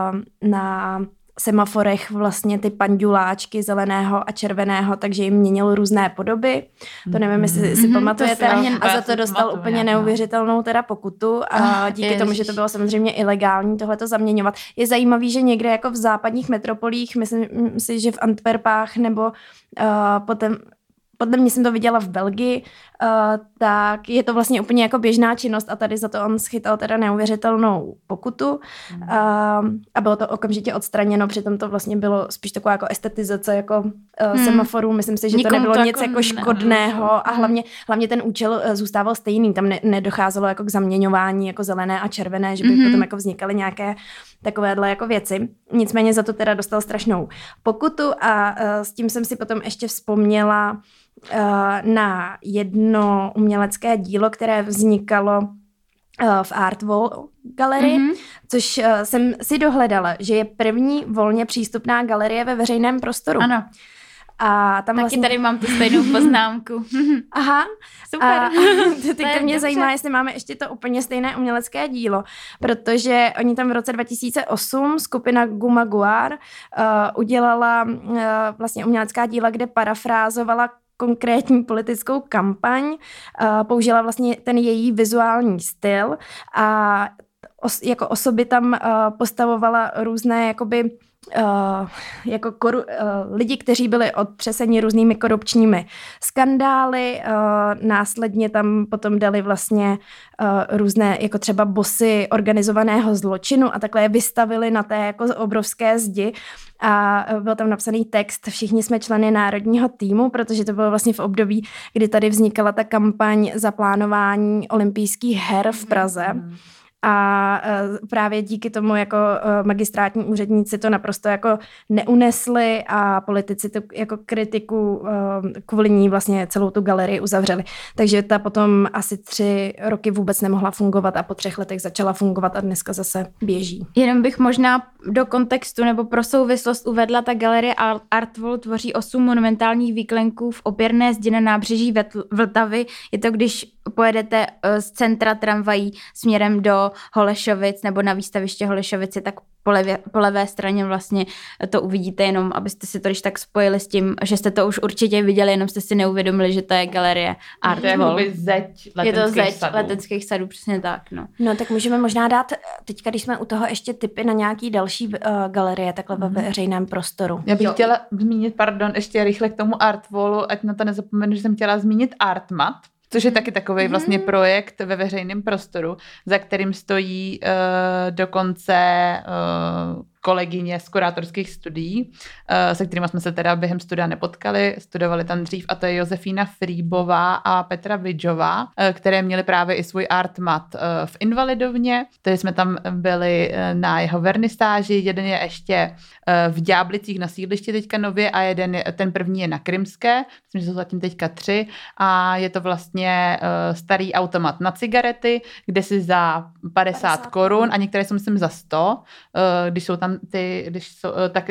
Speaker 1: na semaforech vlastně ty panduláčky zeleného a červeného, takže jim měnil různé podoby. To nevím, jestli si mm-hmm, pamatujete. A za to dostal úplně neuvěřitelnou teda pokutu a díky tomu, že to bylo samozřejmě ilegální tohleto zaměňovat. Je zajímavý, že někde jako v západních metropolích, myslím si, že v Antwerpách nebo uh, potom podle mě jsem to viděla v Belgii, uh, tak je to vlastně úplně jako běžná činnost a tady za to on schytal teda neuvěřitelnou pokutu mm. uh, a bylo to okamžitě odstraněno, přitom to vlastně bylo spíš taková jako estetizace jako uh, mm. semaforů, myslím si, že Nikomu to nebylo to nic jako, jako škodného ne, a hlavně, hlavně ten účel uh, zůstával stejný, tam ne, nedocházelo jako k zaměňování jako zelené a červené, že by mm. potom jako vznikaly nějaké takovéhle jako věci. Nicméně za to teda dostal strašnou pokutu a uh, s tím jsem si potom ještě vzpomněla uh, na jedno umělecké dílo, které vznikalo uh, v Art Wall galerii, mm-hmm. což uh, jsem si dohledala, že je první volně přístupná galerie ve veřejném prostoru.
Speaker 2: Ano.
Speaker 1: A tam
Speaker 2: Taky vlastně... tady mám tu stejnou poznámku.
Speaker 1: Aha.
Speaker 2: Super.
Speaker 1: A teďka mě zajímá, jestli máme ještě to úplně stejné umělecké dílo, protože oni tam v roce dva tisíce osm skupina Guma Guar uh, udělala uh, vlastně umělecká díla, kde parafrázovala konkrétní politickou kampaň, uh, použila vlastně ten její vizuální styl a os, jako osoby tam uh, postavovala různé jakoby Uh, jako koru, uh, lidi, kteří byli otřeseni různými korupčními skandály, uh, následně tam potom dali vlastně uh, různé, jako třeba bossy organizovaného zločinu a takhle je vystavili na té jako obrovské zdi a byl tam napsaný text Všichni jsme členy národního týmu, protože to bylo vlastně v období, kdy tady vznikala ta kampaň za plánování olympijských her v Praze. Mm. A právě díky tomu jako magistrátní úředníci to naprosto jako neunesli a politici tu jako kritiku kvůli ní vlastně celou tu galerii uzavřeli. Takže ta potom asi tři roky vůbec nemohla fungovat a po třech letech začala fungovat a dneska zase běží.
Speaker 2: Jenom bych možná do kontextu nebo pro souvislost uvedla, ta galerie Art Wall tvoří osm monumentálních výklenků v opěrné zdi na nábřeží Vltavy. Je to, když pojedete z centra tramvají směrem do Holešovic nebo na výstaviště Holešovice, tak po levé, po levé straně vlastně to uvidíte, jenom abyste si to když tak spojili s tím, že jste to už určitě viděli, jenom jste si neuvědomili, že to je galerie Art Wall.
Speaker 3: Je to zeď
Speaker 2: Je to zeď sadů. letenských sadů, přesně tak. No.
Speaker 1: no tak můžeme možná dát, teďka když jsme u toho ještě tipy na nějaký další uh, galerie, takhle mm. ve veřejném prostoru.
Speaker 3: Já bych jo. chtěla zmínit, pardon, ještě rychle k tomu Art Wallu, ať na to nezapomenu, že jsem chtěla zmínit Artmat, což je taky takový vlastně mm. projekt ve veřejném prostoru, za kterým stojí uh, dokonce uh, kolegyně z kurátorských studií, uh, se kterými jsme se teda během studia nepotkali, studovali tam dřív, a to je Josefína Frýbová a Petra Vidžová, uh, které měly právě i svůj artmat uh, v Invalidovně, takže jsme tam byli uh, na jeho vernistáži, jeden je ještě uh, v Ďáblicích na sídlišti teďka nově a jeden je, ten první je na Krymské, myslím, že jsou zatím teďka tři a je to vlastně uh, starý automat na cigarety, kde si za padesát korun a některé jsou myslím za sto, uh, když jsou tam ty, když jsou, tak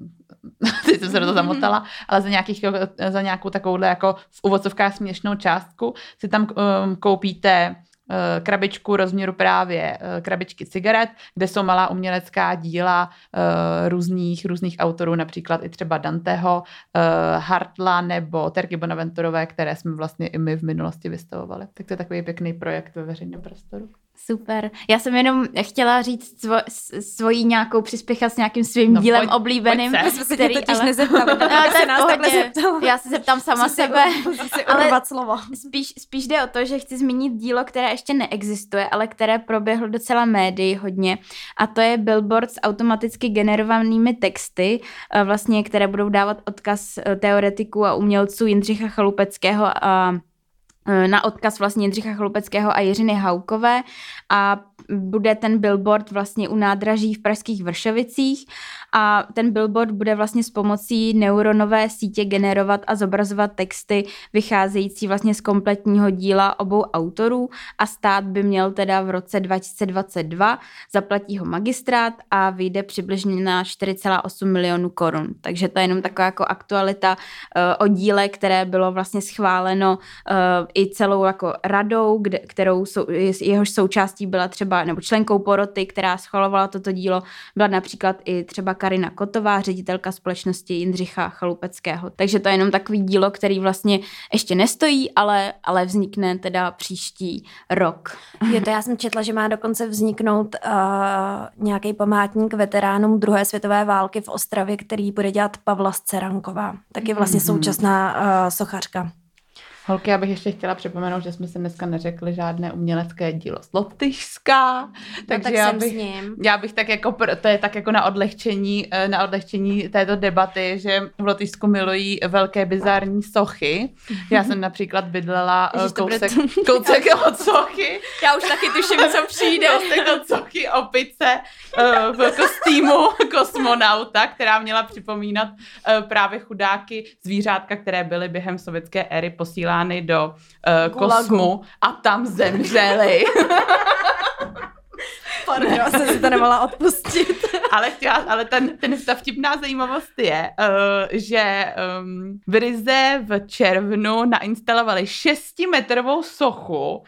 Speaker 3: teď jsem se do toho zamotala, ale za, nějakých, za nějakou takovouhle jako v uvozovkách směšnou částku si tam um, koupíte uh, krabičku rozměru právě uh, krabičky cigaret, kde jsou malá umělecká díla uh, různých, různých autorů, například i třeba Danteho, uh, Hartla nebo Terky Bonaventurové, které jsme vlastně i my v minulosti vystavovali. Tak to je takový pěkný projekt ve veřejném prostoru.
Speaker 2: Super. Já jsem jenom chtěla říct svo, svojí nějakou přispěchat s nějakým svým
Speaker 3: no,
Speaker 2: dílem
Speaker 3: pojď,
Speaker 2: oblíbeným.
Speaker 1: My jsme se tě totiž ale... nezeptali. No,
Speaker 2: se nás takhle zeptala. Já se zeptám sama
Speaker 1: si
Speaker 2: sebe.
Speaker 1: Si ale slovo.
Speaker 2: Spíš, spíš jde o to, že chci zmínit dílo, které ještě neexistuje, ale které proběhlo docela médií hodně. A to je billboard s automaticky generovanými texty, vlastně, které budou dávat odkaz teoretiků a umělců Jindřicha Chalupeckého a na odkaz vlastně Jindřicha Chalupeckého a Jiřiny Haukové a bude ten billboard vlastně u nádraží v pražských Vršovicích a ten billboard bude vlastně s pomocí neuronové sítě generovat a zobrazovat texty vycházející vlastně z kompletního díla obou autorů a stát by měl teda v roce dva tisíce dvacet dva, zaplatí ho magistrát a vyjde přibližně na čtyři celá osm milionů korun. Takže to je jenom taková jako aktualita uh, o díle, které bylo vlastně schváleno uh, i celou jako radou, kde, kterou sou, jehož součástí byla třeba, nebo členkou poroty, která schvalovala toto dílo, byla například i třeba Karina Kotová, ředitelka společnosti Jindřicha Chalupeckého. Takže to je jenom takový dílo, který vlastně ještě nestojí, ale, ale vznikne teda příští rok.
Speaker 1: Jo, to já jsem četla, že má dokonce vzniknout uh, nějaký památník veteránům druhé světové války v Ostravě, který bude dělat Pavla Sceranková. Taky vlastně současná uh, sochařka.
Speaker 3: Holky, já bych ještě chtěla připomenout, že jsme si dneska neřekli žádné umělecké dílo z Lotyšska, takže
Speaker 1: tak
Speaker 3: já, bych, já bych tak jako, to je tak jako na odlehčení, na odlehčení této debaty, že v Lotyšsku milují velké bizarní sochy. Já jsem například bydlela Ježiš, kousek, bude... kousek od sochy.
Speaker 2: Já už taky tuším, co přijde.
Speaker 3: Kousek od sochy opice v kostýmu kosmonauta, která měla připomínat právě chudáky zvířátka, které byly během sovětské éry posílány do uh, kosmu a tam zemřely.
Speaker 1: Pardon, já jsem si to nemohla odpustit.
Speaker 3: ale chtěla, ale ten, ten, ta vtipná zajímavost je, uh, že um, v Rize v červnu nainstalovali šestimetrovou sochu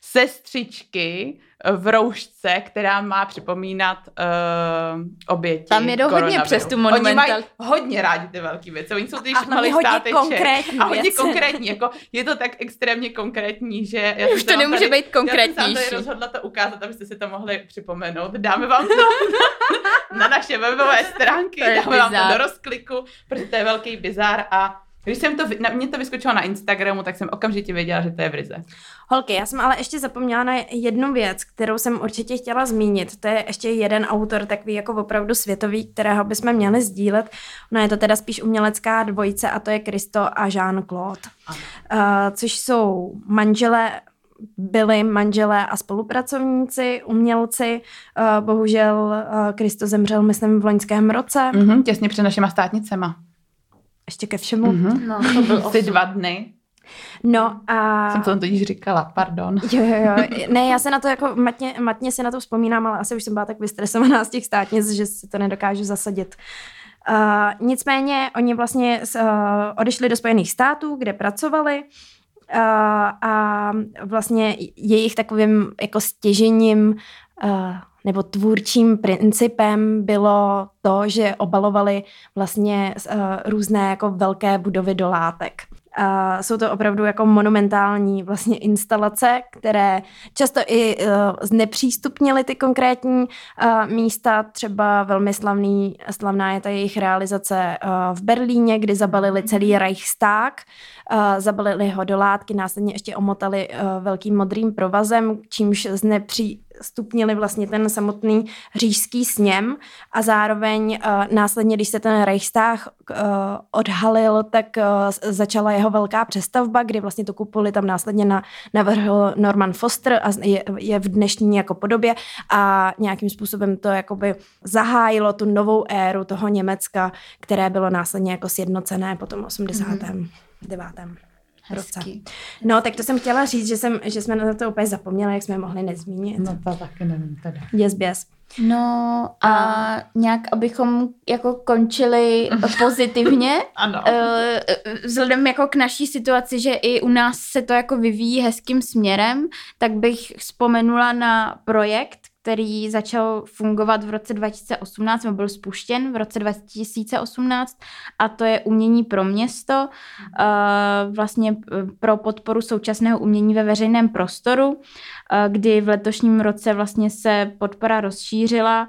Speaker 3: sestřičky v roušce, která má připomínat uh, oběti
Speaker 2: tam jedou hodně přes tu monumental.
Speaker 3: Oni mají hodně rádi ty velký věci. Oni jsou ty malý státeček. A hodně
Speaker 1: věci.
Speaker 3: konkrétní. Jako, je to tak extrémně konkrétní, že... Já
Speaker 2: už to nemůže tady, být konkrétnější.
Speaker 3: Já jsem se rozhodla to ukázat, abyste si to mohli připomenout. Dáme vám to na, na naše webové stránky, dáme bizár. Vám to do rozkliku, protože to je velký bizár a když jsem to, na, mě to vyskočilo na Instagramu, tak jsem okamžitě věděla, že to je v Rize.
Speaker 1: Holky, já jsem ale ještě zapomněla na jednu věc, kterou jsem určitě chtěla zmínit. To je ještě jeden autor, takový jako opravdu světový, kterého bychom měli sdílet. Ona je to teda spíš umělecká dvojice a to je Christo a Jean-Claude. Uh, což jsou manželé, byli manželé a spolupracovníci, umělci. Uh, bohužel uh, Christo zemřel, myslím, v loňském roce.
Speaker 3: Mm-hmm, těsně před našima státnicema.
Speaker 1: Ještě ke všemu.
Speaker 3: Mm-hmm.
Speaker 2: No, to byl
Speaker 3: ty dva dny.
Speaker 1: No a...
Speaker 3: Jsem to totiž říkala, pardon.
Speaker 1: Jo, jo, jo. Ne, já se na to jako matně, matně si na to vzpomínám, ale asi už jsem byla tak vystresovaná z těch státnic, že si to nedokážu zasadit. Uh, nicméně oni vlastně uh, odešli do Spojených států, kde pracovali uh, a vlastně jejich takovým jako stěžením uh, nebo tvůrčím principem bylo to, že obalovali vlastně uh, různé jako velké budovy do látek. Uh, jsou to opravdu jako monumentální vlastně instalace, které často i uh, znepřístupnily ty konkrétní uh, místa. Třeba velmi slavný, slavná je ta jejich realizace uh, v Berlíně, kdy zabalili celý Reichstag, uh, zabalili ho do látky, následně ještě omotali uh, velkým modrým provazem, čímž znepřístupnili vlastně ten samotný říšský sněm a zároveň uh, následně, když se ten Reichstag uh, odhalil, tak uh, začala jeho velká přestavba, kdy vlastně tu kupoli tam následně na, navrhl Norman Foster a je, je v dnešní jako podobě a nějakým způsobem to jakoby zahájilo tu novou éru toho Německa, které bylo následně jako sjednocené po tom osmdesátém devátém roce. No, tak to jsem chtěla říct, že, jsem, že jsme na to úplně zapomněli, jak jsme mohli nezmínit.
Speaker 3: No to taky nevím teda.
Speaker 1: Yes, yes.
Speaker 2: No a, a nějak, abychom jako končili pozitivně,
Speaker 3: ano.
Speaker 2: Vzhledem jako k naší situaci, že i u nás se to jako vyvíjí hezkým směrem, tak bych vzpomenula na projekt, který začal fungovat v roce dva tisíce osmnáct, byl spuštěn v roce dva tisíce osmnáct a to je Umění pro město, vlastně pro podporu současného umění ve veřejném prostoru, kdy v letošním roce vlastně se podpora rozšířila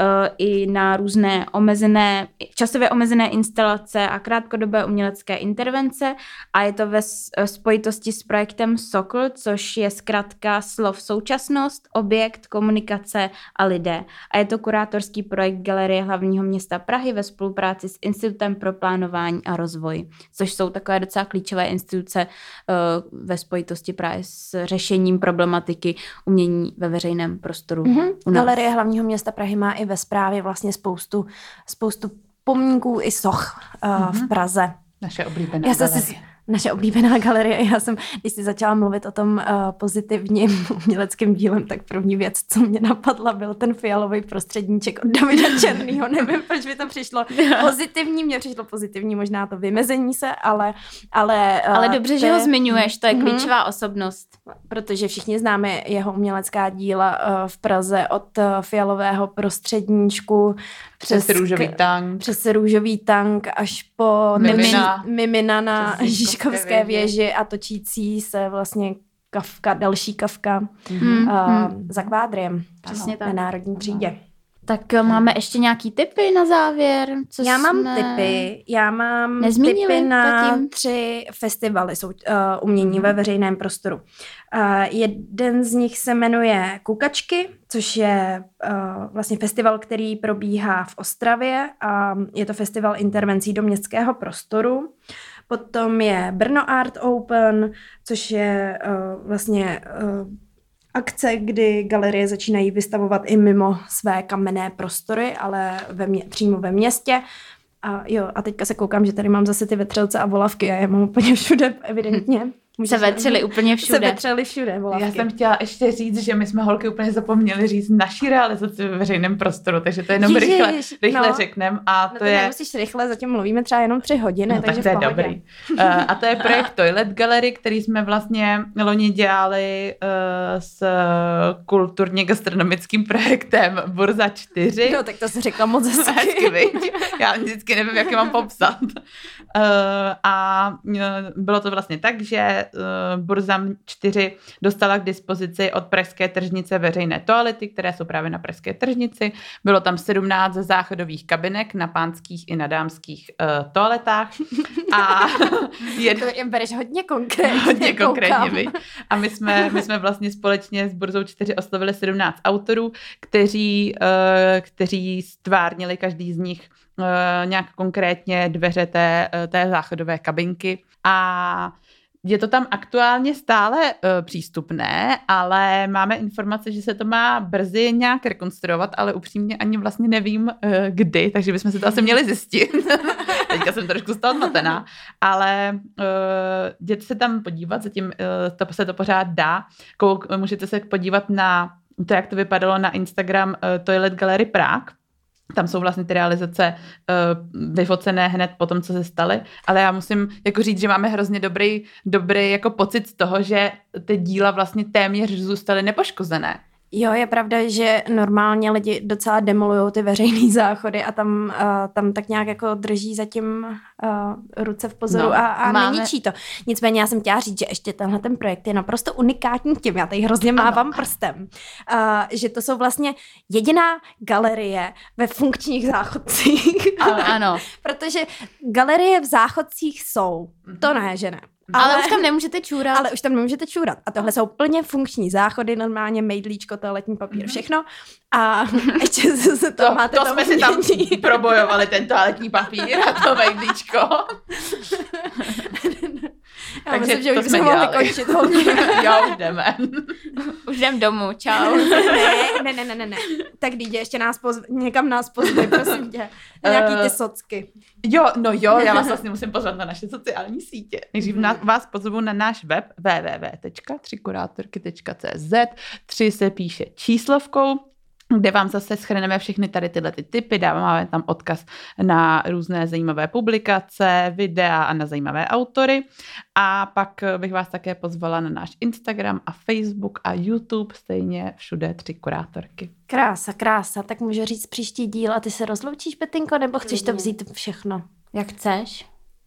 Speaker 2: i na různé omezené, časově omezené instalace a krátkodobé umělecké intervence a je to ve spojitosti s projektem Sokl, což je zkratka slov současnost, objekt, komunikace a lidé. A je to kurátorský projekt Galerie hlavního města Prahy ve spolupráci s Institutem pro plánování a rozvoj, což jsou takové docela klíčové instituce uh, ve spojitosti právě s řešením problematiky umění ve veřejném prostoru.
Speaker 1: Mm-hmm. Galerie hlavního města Prahy má i ve správě vlastně spoustu, spoustu pomníků i soch uh, mm-hmm. v Praze.
Speaker 3: Naše oblíbená
Speaker 1: Já
Speaker 3: galerie.
Speaker 1: Si, naše oblíbená galerie. Já jsem, když jsi začala mluvit o tom uh, pozitivním uměleckém dílem, tak první věc, co mě napadla, byl ten fialový prostředníček od Davida Černýho. Nevím, proč by to přišlo pozitivní. Mně přišlo pozitivní možná to vymezení se, ale... Ale, uh,
Speaker 2: ale dobře, že
Speaker 1: je,
Speaker 2: ho zmiňuješ, to je
Speaker 1: mm-hmm.
Speaker 2: klíčová osobnost.
Speaker 1: Protože všichni známe jeho umělecká díla uh, v Praze od uh, fialového prostředníčku
Speaker 3: přes, přes růžový tank.
Speaker 1: Přes růžový tank až po
Speaker 3: Mimina,
Speaker 1: Mimina na Žižkovské věži a točící se vlastně Kafka, další Kafka
Speaker 2: mm-hmm.
Speaker 1: uh, za Kvádriem.
Speaker 2: Přesně
Speaker 1: tak. Na Národní třídě.
Speaker 2: Tak máme ještě nějaký tipy na závěr? Co
Speaker 1: já mám
Speaker 2: jsme...
Speaker 1: tipy. Já mám
Speaker 2: Nezmínili
Speaker 1: tipy na
Speaker 2: zatím?
Speaker 1: tři festivaly sou, uh, umění
Speaker 2: Mhm.
Speaker 1: ve veřejném prostoru. Uh, jeden z nich se jmenuje Kukačky, což je uh, vlastně festival, který probíhá v Ostravě a je to festival intervencí do městského prostoru. Potom je Brno Art Open, což je uh, vlastně uh, akce, kdy galerie začínají vystavovat i mimo své kamenné prostory, ale ve mě, přímo ve městě. A jo, a teďka se koukám, že tady mám zase ty vetřelce a volavky a já mám úplně všude, evidentně.
Speaker 2: Se vetřeli úplně všude.
Speaker 1: Se vetřeli všude, volavky.
Speaker 3: Já jsem chtěla ještě říct, že my jsme holky úplně zapomněli říct naší realizaci ve veřejném prostoru, takže to jenom
Speaker 1: Ježiš,
Speaker 3: rychle, rychle
Speaker 1: no.
Speaker 3: řekneme. A
Speaker 1: No
Speaker 3: to
Speaker 1: to
Speaker 3: je...
Speaker 1: nemusíš rychle, zatím mluvíme třeba jenom tři hodiny,
Speaker 3: No,
Speaker 1: takže
Speaker 3: tak to
Speaker 1: v
Speaker 3: je
Speaker 1: pohodě.
Speaker 3: dobrý. Uh, a to je projekt Toilet Gallery, který jsme vlastně loni dělali uh, s kulturně gastronomickým projektem Burza čtyři.
Speaker 1: No, tak to jsi řekla moc hezky.
Speaker 3: Hezky, viď? Já vždycky nevím, jak je mám popsat. Uh, a uh, bylo to vlastně tak, že uh, Burza čtyři dostala k dispozici od Pražské tržnice veřejné toalety, které jsou právě na Pražské tržnici. Bylo tam sedmnáct záchodových kabinek na pánských i na dámských uh, toaletách. A
Speaker 1: Je... To je, bereš hodně konkrétně.
Speaker 3: Hodně konkrétně,
Speaker 1: koukám.
Speaker 3: viď? A my jsme, my jsme vlastně společně s Burzou čtyři oslovili sedmnáct autorů, kteří, uh, kteří stvárnili každý z nich uh, nějak konkrétně dveře té, té záchodové kabinky. A je to tam aktuálně stále uh, přístupné, ale máme informace, že se to má brzy nějak rekonstruovat, ale upřímně ani vlastně nevím, uh, kdy, takže bychom si to asi měli zjistit. Teďka jsem trošku z toho odmatená, ale uh, jděte se tam podívat, zatím uh, to se to pořád dá. Kouk, můžete se podívat na to, jak to vypadalo na Instagram uh, Toilet Gallery Prague. Tam jsou vlastně ty realizace uh, vyfocené hned po tom, co se staly, ale já musím jako říct, že máme hrozně dobrý, dobrý jako pocit z toho, že ty díla vlastně téměř zůstaly nepoškozené.
Speaker 1: Jo, je pravda, že normálně lidi docela demolujou ty veřejné záchody a tam, uh, tam tak nějak jako drží zatím uh, ruce v pozoru
Speaker 2: No,
Speaker 1: a, a
Speaker 2: máme...
Speaker 1: neničí to. Nicméně já jsem chtěla říct, že ještě tenhle ten projekt je naprosto unikátní tím, já tady hrozně mávám ano. prstem, uh, že to jsou vlastně jediná galerie ve funkčních záchodcích.
Speaker 2: Ano, ano.
Speaker 1: Protože galerie v záchodcích jsou, to ne, že ne.
Speaker 2: Ale, ale už tam nemůžete čůrat.
Speaker 1: Ale už tam nemůžete čůrat. A tohle jsou plně funkční záchody, normálně mejdlíčko, toaletní papír, všechno. A ještě to, to máte
Speaker 3: to jsme si tam probojovali, ten toaletní papír a to mejdlíčko.
Speaker 1: Já Takže myslím, že už jsme mohli končit.
Speaker 3: Jo, už jdeme.
Speaker 2: Už jdem domů, čau.
Speaker 1: Ne, ne, ne, ne, ne. Tak dítě, ještě nás pozv... někam nás pozve, prosím tě. Nějaký ty socky.
Speaker 3: Jo, no jo, já vás vlastně musím pozvat na naše sociální sítě. Nejdřív na, vás pozvu na náš web w w w tečka tři kurátorky tečka c z. tři se píše číslovkou, kde vám zase shrneme všechny tady tyhle ty tipy, dáváme tam odkaz na různé zajímavé publikace, videa a na zajímavé autory. A pak bych vás také pozvala na náš Instagram a Facebook a YouTube, stejně všude tři kurátorky.
Speaker 1: Krása, krása, tak můžu říct příští díl a ty se rozloučíš, Petinko, nebo chceš to vzít všechno?
Speaker 2: Jak chceš.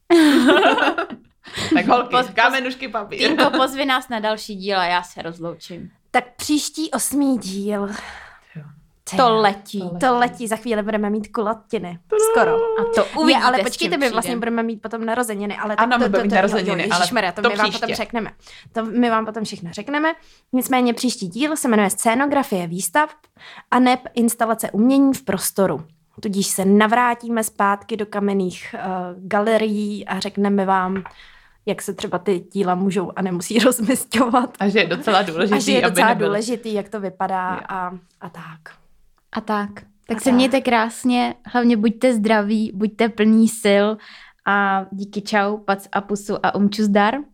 Speaker 3: Tak holky, poz, kamenušky, papír.
Speaker 2: Týnko, pozvi nás na další díl a já se rozloučím.
Speaker 1: Tak příští osmý díl.
Speaker 2: To letí.
Speaker 1: To letí. To letí, za chvíli budeme mít kulatiny. Skoro.
Speaker 2: A to uvidíte,
Speaker 1: je, ale počkejte, my vlastně budeme mít potom narozeniny. Ale
Speaker 3: ano,
Speaker 1: tak to,
Speaker 3: my budeme mít narozeniny,
Speaker 1: ale ježišmarja, to, to my vám
Speaker 3: příště.
Speaker 1: potom řekneme. To my vám potom všechno řekneme. Nicméně příští díl se jmenuje Scénografie výstav a neb instalace umění v prostoru. Tudíž se navrátíme zpátky do kamenných uh, galerií a řekneme vám, jak se třeba ty díla můžou a nemusí rozmisťovat.
Speaker 3: A že je docela důležitý,
Speaker 1: a že je docela
Speaker 3: aby nebyl...
Speaker 1: důležitý, jak to vypadá a, a tak.
Speaker 2: A tak. Tak
Speaker 1: a
Speaker 2: se
Speaker 1: tak.
Speaker 2: mějte krásně, hlavně buďte zdraví, buďte plní sil a díky čau, pac a pusu a umču zdar.